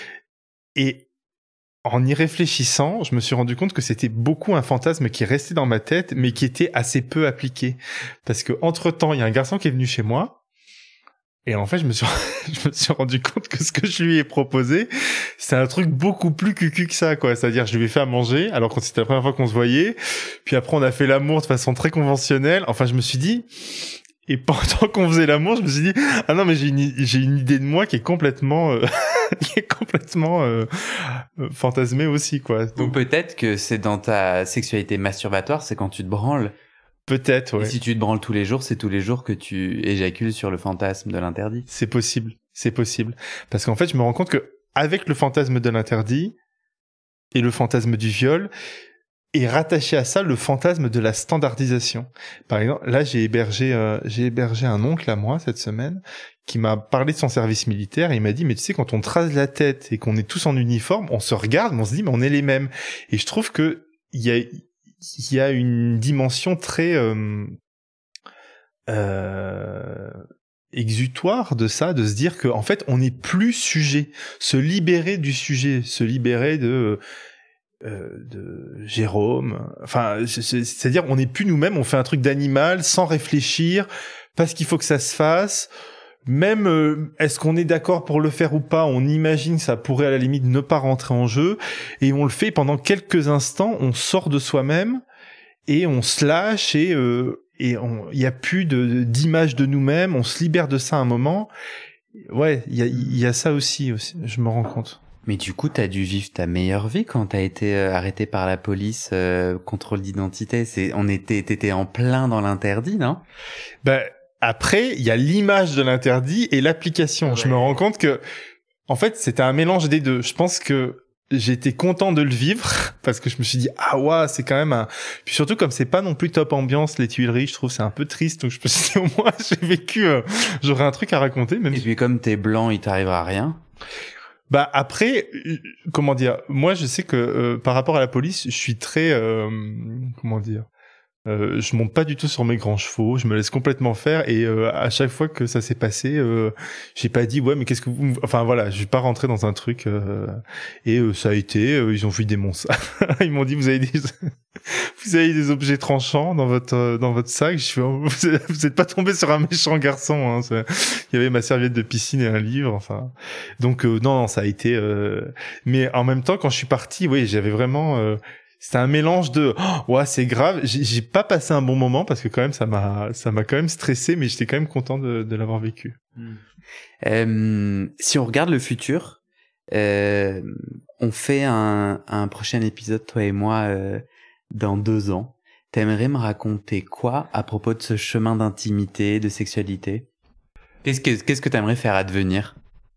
et en y réfléchissant, je me suis rendu compte que c'était beaucoup un fantasme qui restait dans ma tête, mais qui était assez peu appliqué. Parce que entre-temps, il y a un garçon qui est venu chez moi, et en fait, je me suis, je me suis rendu compte que ce que je lui ai proposé, c'est un truc beaucoup plus cucu que ça, quoi. C'est-à-dire, je lui ai fait à manger, alors que c'était la première fois qu'on se voyait, puis après, on a fait l'amour de façon très conventionnelle. Enfin, je me suis dit... Et pendant qu'on faisait l'amour, je me suis dit, ah non, mais j'ai une, j'ai une idée de moi qui est complètement, euh, qui est complètement euh, fantasmée aussi, quoi. Donc, ou peut-être que c'est dans ta sexualité masturbatoire, c'est quand tu te branles. Peut-être, ouais. Et si tu te branles tous les jours, c'est tous les jours que tu éjacules sur le fantasme de l'interdit. C'est possible, c'est possible. Parce qu'en fait, je me rends compte que avec le fantasme de l'interdit et le fantasme du viol, et rattaché à ça le fantasme de la standardisation. Par exemple, là j'ai hébergé euh, j'ai hébergé un oncle à moi cette semaine qui m'a parlé de son service militaire et il m'a dit mais tu sais quand on trace la tête et qu'on est tous en uniforme, on se regarde, mais on se dit mais on est les mêmes. Et je trouve que il y a il y a une dimension très euh, euh, exutoire de ça, de se dire que en fait on n'est plus sujet, se libérer du sujet, se libérer de Euh, de Jérôme, enfin, c'est-à-dire on n'est plus nous-mêmes, on fait un truc d'animal sans réfléchir, parce qu'il faut que ça se fasse. Même euh, est-ce qu'on est d'accord pour le faire ou pas, on imagine que ça pourrait à la limite ne pas rentrer en jeu, et on le fait pendant quelques instants, on sort de soi-même et on se lâche et euh, et il y a plus de d'image de nous-mêmes, on se libère de ça un moment. Ouais, il y a il y a ça aussi, aussi, je me rends compte. Mais du coup, t'as dû vivre ta meilleure vie quand t'as été euh, arrêté par la police, euh, contrôle d'identité. C'est, on était, t'étais en plein dans l'interdit, non? Ben après, il y a l'image de l'interdit et l'application. Ouais. Je me rends compte que, en fait, c'était un mélange des deux. Je pense que j'étais content de le vivre parce que je me suis dit ah ouais, c'est quand même un. Puis surtout comme c'est pas non plus top ambiance les Tuileries, je trouve c'est un peu triste. Donc je me suis dit au moins j'ai vécu, euh, j'aurais un truc à raconter. Même. Et puis comme t'es blanc, il t'arrivera rien. Bah après, comment dire, moi je sais que euh, par rapport à la police, je suis très, euh, comment dire, euh, je monte pas du tout sur mes grands chevaux, je me laisse complètement faire et euh, à chaque fois que ça s'est passé, euh, j'ai pas dit ouais mais qu'est-ce que vous, enfin voilà, je suis pas rentré dans un truc euh, et euh, ça a été, euh, ils ont vidé mon sac, ils m'ont dit vous avez des, vous avez des objets tranchants dans votre euh, dans votre sac, je suis, vous êtes, vous êtes pas tombé sur un méchant garçon, hein, c'est... il y avait ma serviette de piscine et un livre, enfin donc euh, non, non ça a été, euh... mais en même temps quand je suis parti, oui j'avais vraiment euh, c'était un mélange de oh, ouais c'est grave, j'ai, j'ai pas passé un bon moment parce que quand même ça m'a ça m'a quand même stressé, mais j'étais quand même content de, de l'avoir vécu. Mmh. Euh, si on regarde le futur, euh, on fait un, un prochain épisode toi et moi euh, dans deux ans. T'aimerais me raconter quoi à propos de ce chemin d'intimité, de sexualité? Qu'est-ce que qu'est-ce que t'aimerais faire advenir?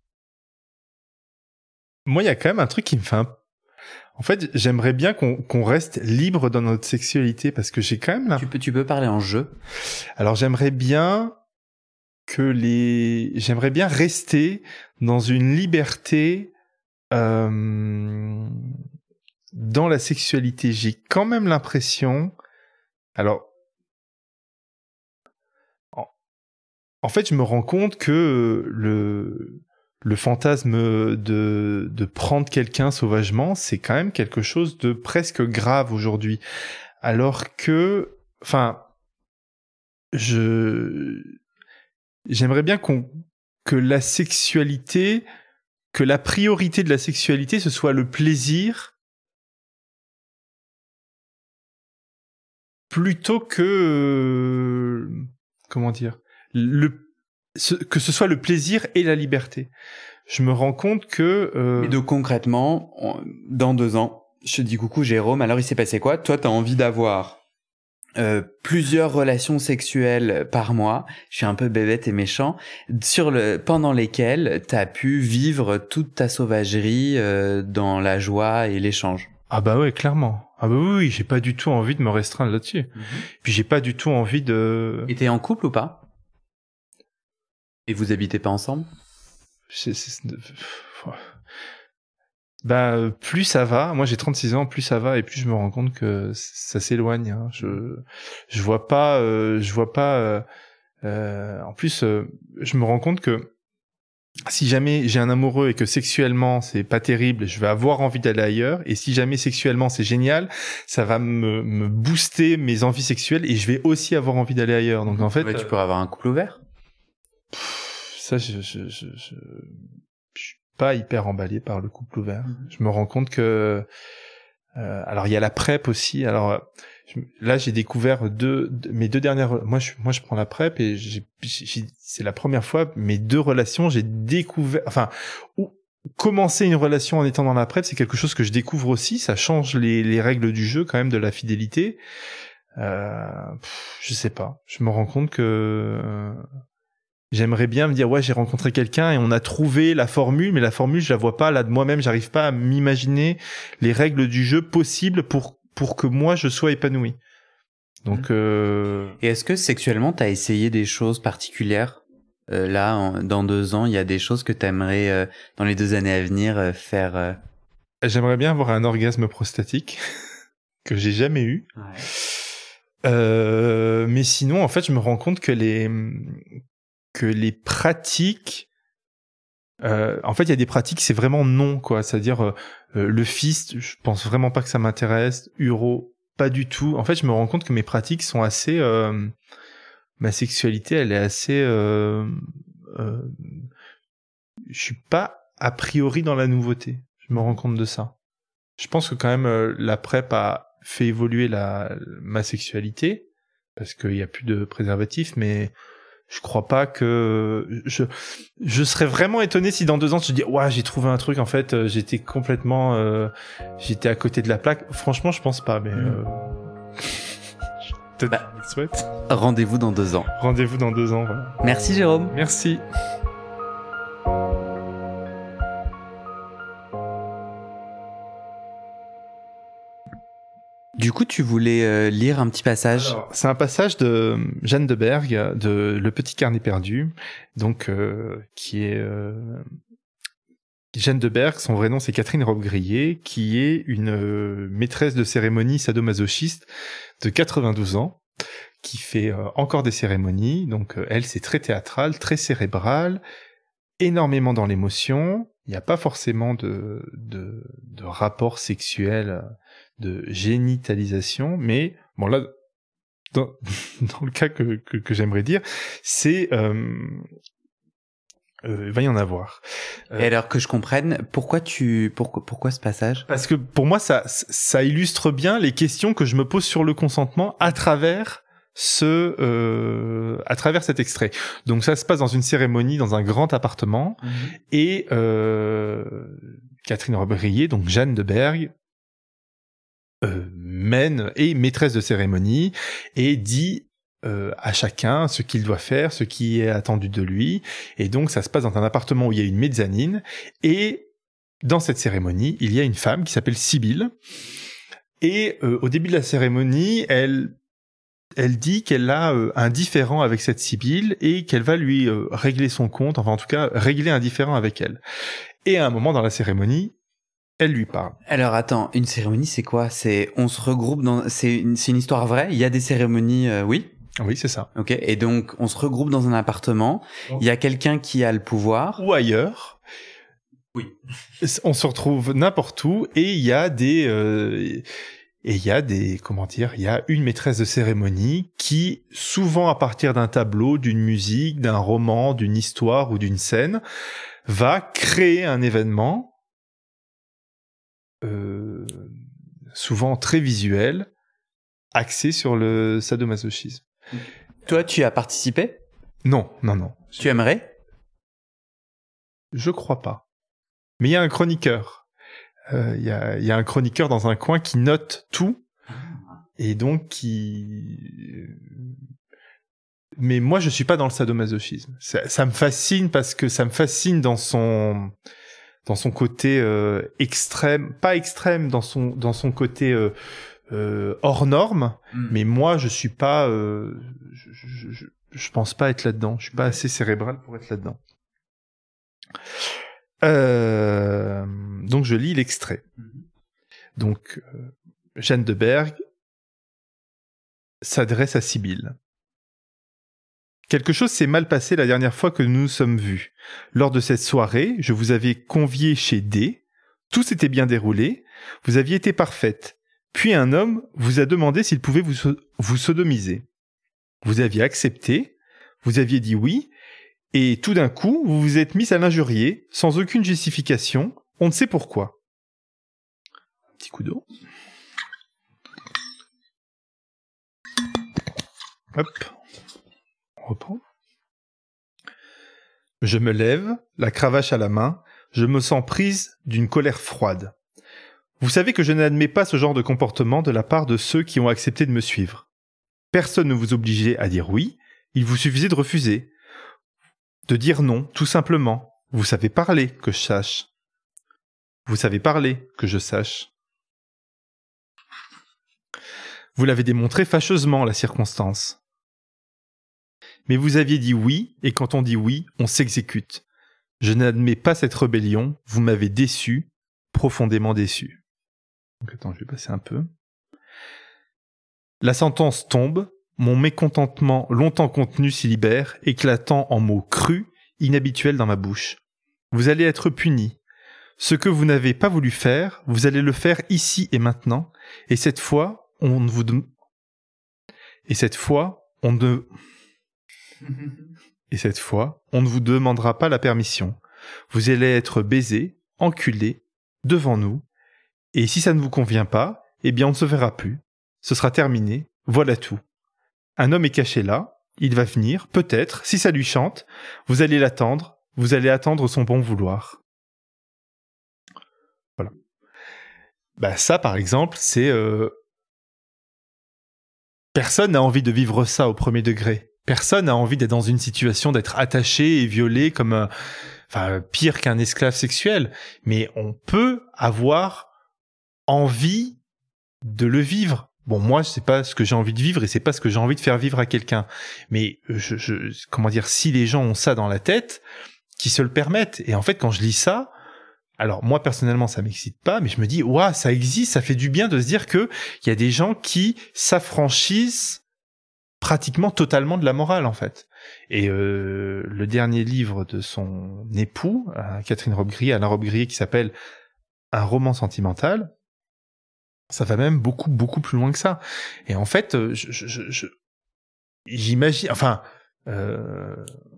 Moi il y a quand même un truc qui me fait un En fait, j'aimerais bien qu'on, qu'on reste libre dans notre sexualité parce que j'ai quand même là. Tu peux, tu peux parler en jeu. Alors, j'aimerais bien que les, j'aimerais bien rester dans une liberté euh, dans la sexualité. J'ai quand même l'impression. Alors, en, en fait, je me rends compte que le le fantasme de, de prendre quelqu'un sauvagement, c'est quand même quelque chose de presque grave aujourd'hui. Alors que, enfin, je, j'aimerais bien qu'on, que la sexualité, que la priorité de la sexualité, ce soit le plaisir, plutôt que, euh, comment dire, le, ce, que ce soit le plaisir et la liberté. Je me rends compte que... Euh... Et donc concrètement, on, dans deux ans, je te dis coucou Jérôme, alors il s'est passé quoi? Toi, t'as envie d'avoir euh, plusieurs relations sexuelles par mois, je suis un peu bébête et méchant, sur le, pendant lesquelles t'as pu vivre toute ta sauvagerie euh, dans la joie et l'échange. Ah bah ouais, clairement. Ah bah oui, oui, j'ai pas du tout envie de me restreindre là-dessus. Mm-hmm. Puis j'ai pas du tout envie de... Et t'es en couple ou pas? Et vous habitez pas ensemble? c'est, c'est... Bah, plus ça va, moi j'ai trente-six ans, plus ça va et plus je me rends compte que ça s'éloigne. Hein. Je je vois pas, euh, je vois pas. Euh, euh, en plus, euh, je me rends compte que si jamais j'ai un amoureux et que sexuellement c'est pas terrible, je vais avoir envie d'aller ailleurs. Et si jamais sexuellement c'est génial, ça va me me booster mes envies sexuelles et je vais aussi avoir envie d'aller ailleurs. Donc en fait, mais tu pourrais avoir un couple ouvert. Pff, ça, je, je, je, je, je suis pas hyper emballé par le couple ouvert. Mmh. Je me rends compte que, euh, alors il y a la PrEP aussi. Alors je, là, j'ai découvert deux, deux, mes deux dernières. Moi, je, moi, je prends la PrEP et j'ai, j'ai, c'est la première fois mes deux relations, j'ai découvert. Enfin, où, commencer une relation en étant dans la PrEP, c'est quelque chose que je découvre aussi. Ça change les, les règles du jeu quand même de la fidélité. Euh, pff, je sais pas. Je me rends compte que euh, j'aimerais bien me dire ouais, j'ai rencontré quelqu'un et on a trouvé la formule, mais la formule je la vois pas là de moi-même. J'arrive pas à m'imaginer les règles du jeu possibles pour pour que moi je sois épanoui. Donc. Euh... Et est-ce que sexuellement t'as essayé des choses particulières euh, là en, dans deux ans? Il y a des choses que t'aimerais euh, dans les deux années à venir euh, faire. Euh... J'aimerais bien avoir un orgasme prostatique que j'ai jamais eu. Ouais. Euh, mais sinon, en fait, je me rends compte que les que les pratiques, euh, en fait, il y a des pratiques, c'est vraiment non, quoi. C'est-à-dire euh, le fist, je pense vraiment pas que ça m'intéresse. Uro, pas du tout. En fait, je me rends compte que mes pratiques sont assez, euh, ma sexualité, elle est assez, euh, euh, je suis pas a priori dans la nouveauté. Je me rends compte de ça. Je pense que quand même euh, la PrEP a fait évoluer la ma sexualité parce qu'il y a plus de préservatifs, mais je crois pas que je je serais vraiment étonné si dans deux ans tu te dis ouais, j'ai trouvé un truc, en fait j'étais complètement euh, j'étais à côté de la plaque. Franchement, je pense pas, mais euh... peut-être bah, souhaite. Rendez-vous dans deux ans. Rendez-vous dans deux ans. Voilà. Merci Jérôme. Merci. Du coup, tu voulais euh, lire un petit passage. Alors, c'est un passage de Jeanne de Berg, de Le Petit Carnet perdu, donc euh, qui est euh, Jeanne de Berg. Son vrai nom, c'est Catherine Robbe-Grillet, qui est une euh, maîtresse de cérémonie sadomasochiste de quatre-vingt-douze ans, qui fait euh, encore des cérémonies. Donc, euh, elle, c'est très théâtral, très cérébral, énormément dans l'émotion. Il n'y a pas forcément de, de, de rapport sexuel, de génitalisation, mais bon là, dans, dans le cas que, que, que j'aimerais dire, c'est euh, euh, va y en avoir. Euh, Et alors que je comprenne, pourquoi tu pourquoi pourquoi ce passage? Parce que pour moi, ça ça illustre bien les questions que je me pose sur le consentement à travers ce euh, à travers cet extrait. Donc ça se passe dans une cérémonie dans un grand appartement mmh. et euh, Catherine Robbe-Grillet, donc Jeanne de Berg, euh, mène et maîtresse de cérémonie et dit euh, à chacun ce qu'il doit faire, ce qui est attendu de lui. Et donc ça se passe dans un appartement où il y a une mezzanine et dans cette cérémonie il y a une femme qui s'appelle Sibylle et euh, au début de la cérémonie elle Elle dit qu'elle a euh, un différend avec cette Sibylle et qu'elle va lui euh, régler son compte, enfin en tout cas régler un différend avec elle. Et à un moment dans la cérémonie, elle lui parle. Alors attends, une cérémonie c'est quoi? C'est on se regroupe dans c'est une c'est une histoire vraie? Il y a des cérémonies, euh, oui? Oui, c'est ça. Ok, et donc on se regroupe dans un appartement, il y a quelqu'un qui a le pouvoir. Ou ailleurs. Oui. On se retrouve n'importe où et il y a des... Euh, et il y a des... Comment dire? Il y a une maîtresse de cérémonie qui, souvent à partir d'un tableau, d'une musique, d'un roman, d'une histoire ou d'une scène, va créer un événement, euh, souvent très visuel, axé sur le sadomasochisme. Toi, tu as participé? Non, non, non. Tu aimerais? Je crois pas. Mais il y a un chroniqueur. Il euh, y, a, y a un chroniqueur dans un coin qui note tout. Et donc qui... Mais moi, je suis pas dans le sadomasochisme. Ça, ça me fascine parce que ça me fascine dans son... dans son côté euh, extrême, pas extrême, dans son, dans son côté... Euh, Euh, hors norme, mm. mais moi je suis pas, euh, je, je, je, je pense pas être là-dedans. Je suis pas assez cérébral pour être là-dedans. Euh, donc je lis l'extrait. Mm. Donc euh, Jeanne de Berg s'adresse à Sibylle. Quelque chose s'est mal passé la dernière fois que nous nous sommes vus. Lors de cette soirée, je vous avais convié chez D. Tout s'était bien déroulé. Vous aviez été parfaite. Puis un homme vous a demandé s'il pouvait vous, so- vous sodomiser. Vous aviez accepté, vous aviez dit oui, et tout d'un coup, vous vous êtes mis à l'injurier, sans aucune justification, on ne sait pourquoi. Un petit coup d'eau. Hop. On reprend. Je me lève, la cravache à la main, je me sens prise d'une colère froide. Vous savez que je n'admets pas ce genre de comportement de la part de ceux qui ont accepté de me suivre. Personne ne vous obligeait à dire oui, il vous suffisait de refuser. De dire non, tout simplement. Vous savez parler, que je sache. Vous savez parler, que je sache. Vous l'avez démontré fâcheusement, la circonstance. Mais vous aviez dit oui, et quand on dit oui, on s'exécute. Je n'admets pas cette rébellion, vous m'avez déçu, profondément déçu. Donc attends, je vais passer un peu. La sentence tombe, mon mécontentement longtemps contenu s'y libère, éclatant en mots crus, inhabituels dans ma bouche. Vous allez être puni. Ce que vous n'avez pas voulu faire, vous allez le faire ici et maintenant, et cette fois, on ne vous... De... Et cette fois, on ne... Et cette fois, on ne vous demandera pas la permission. Vous allez être baisé, enculé, devant nous, et si ça ne vous convient pas, eh bien on ne se verra plus. Ce sera terminé, voilà tout. Un homme est caché là, il va venir, peut-être, si ça lui chante, vous allez l'attendre, vous allez attendre son bon vouloir. Voilà. Bah ça, par exemple, c'est... Euh... Personne n'a envie de vivre ça au premier degré. Personne n'a envie d'être dans une situation d'être attaché et violé comme... Un... Enfin, pire qu'un esclave sexuel. Mais on peut avoir... envie de le vivre. Bon, moi, c'est pas ce que j'ai envie de vivre et c'est pas ce que j'ai envie de faire vivre à quelqu'un. Mais je, je, comment dire, si les gens ont ça dans la tête, qu'ils se le permettent. Et en fait, quand je lis ça, alors moi personnellement, ça m'excite pas, mais je me dis, waouh, ça existe, ça fait du bien de se dire que il y a des gens qui s'affranchissent pratiquement totalement de la morale, en fait. Et euh, le dernier livre de son époux, Catherine Robbe-Grillet, Alain Robbe-Grillet, qui s'appelle Un roman sentimental, ça va même beaucoup, beaucoup plus loin que ça. Et en fait, je, je, je, j'imagine... Enfin... Euh,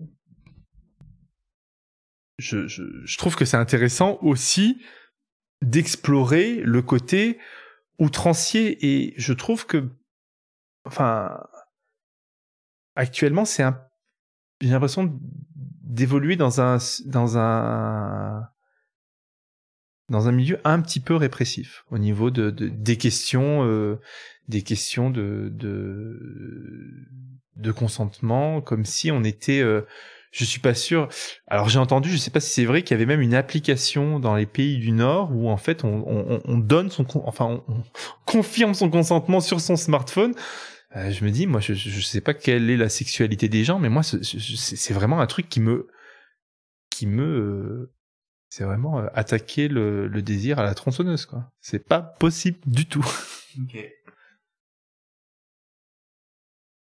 je, je, je trouve que c'est intéressant aussi d'explorer le côté outrancier. Et je trouve que... Enfin... Actuellement, c'est un... J'ai l'impression d'évoluer dans un... Dans un... dans un milieu un petit peu répressif au niveau de, de des questions euh, des questions de, de de consentement, comme si on était euh, je suis pas sûr. Alors j'ai entendu, je sais pas si c'est vrai, qu'il y avait même une application dans les pays du Nord où en fait on, on, on donne son enfin on, on confirme son consentement sur son smartphone. Euh, je me dis, moi je, je sais pas quelle est la sexualité des gens, mais moi c'est, c'est vraiment un truc qui me qui me euh, c'est vraiment euh, attaquer le, le désir à la tronçonneuse, quoi. C'est pas possible du tout. Okay.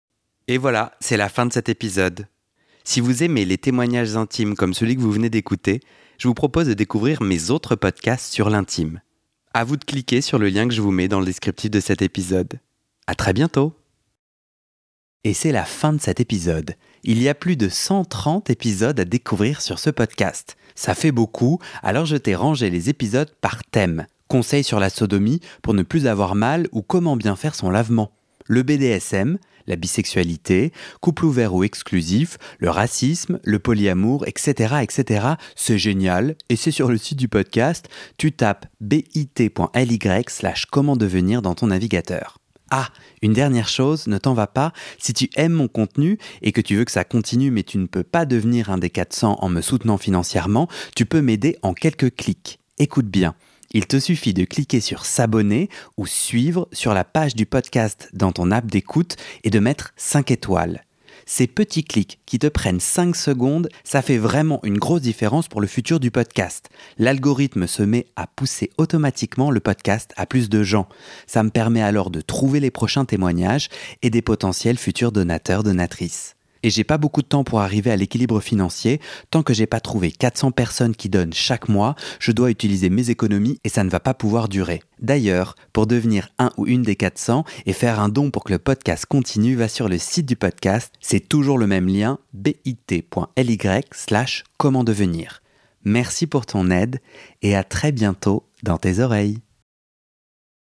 Et voilà, c'est la fin de cet épisode. Si vous aimez les témoignages intimes comme celui que vous venez d'écouter, je vous propose de découvrir mes autres podcasts sur l'intime. À vous de cliquer sur le lien que je vous mets dans le descriptif de cet épisode. À très bientôt! Et c'est la fin de cet épisode. Il y a plus de cent trente épisodes à découvrir sur ce podcast. Ça fait beaucoup, alors je t'ai rangé les épisodes par thème. Conseils sur la sodomie pour ne plus avoir mal ou comment bien faire son lavement. Le B D S M, la bisexualité, couple ouvert ou exclusif, le racisme, le polyamour, et cetera, et cetera. C'est génial et c'est sur le site du podcast. Tu tapes bit.ly slash comment devenir dans ton navigateur. Ah, une dernière chose, ne t'en va pas, si tu aimes mon contenu et que tu veux que ça continue mais tu ne peux pas devenir un des quatre cents en me soutenant financièrement, tu peux m'aider en quelques clics. Écoute bien, il te suffit de cliquer sur s'abonner ou suivre sur la page du podcast dans ton app d'écoute et de mettre cinq étoiles. Ces petits clics qui te prennent cinq secondes, ça fait vraiment une grosse différence pour le futur du podcast. L'algorithme se met à pousser automatiquement le podcast à plus de gens. Ça me permet alors de trouver les prochains témoignages et des potentiels futurs donateurs, donatrices. Et j'ai pas beaucoup de temps pour arriver à l'équilibre financier. Tant que j'ai pas trouvé quatre cents personnes qui donnent chaque mois, je dois utiliser mes économies et ça ne va pas pouvoir durer. D'ailleurs, pour devenir un ou une des quatre cents et faire un don pour que le podcast continue, va sur le site du podcast. C'est toujours le même lien, bit.ly slash comment devenir. Merci pour ton aide et à très bientôt dans tes oreilles.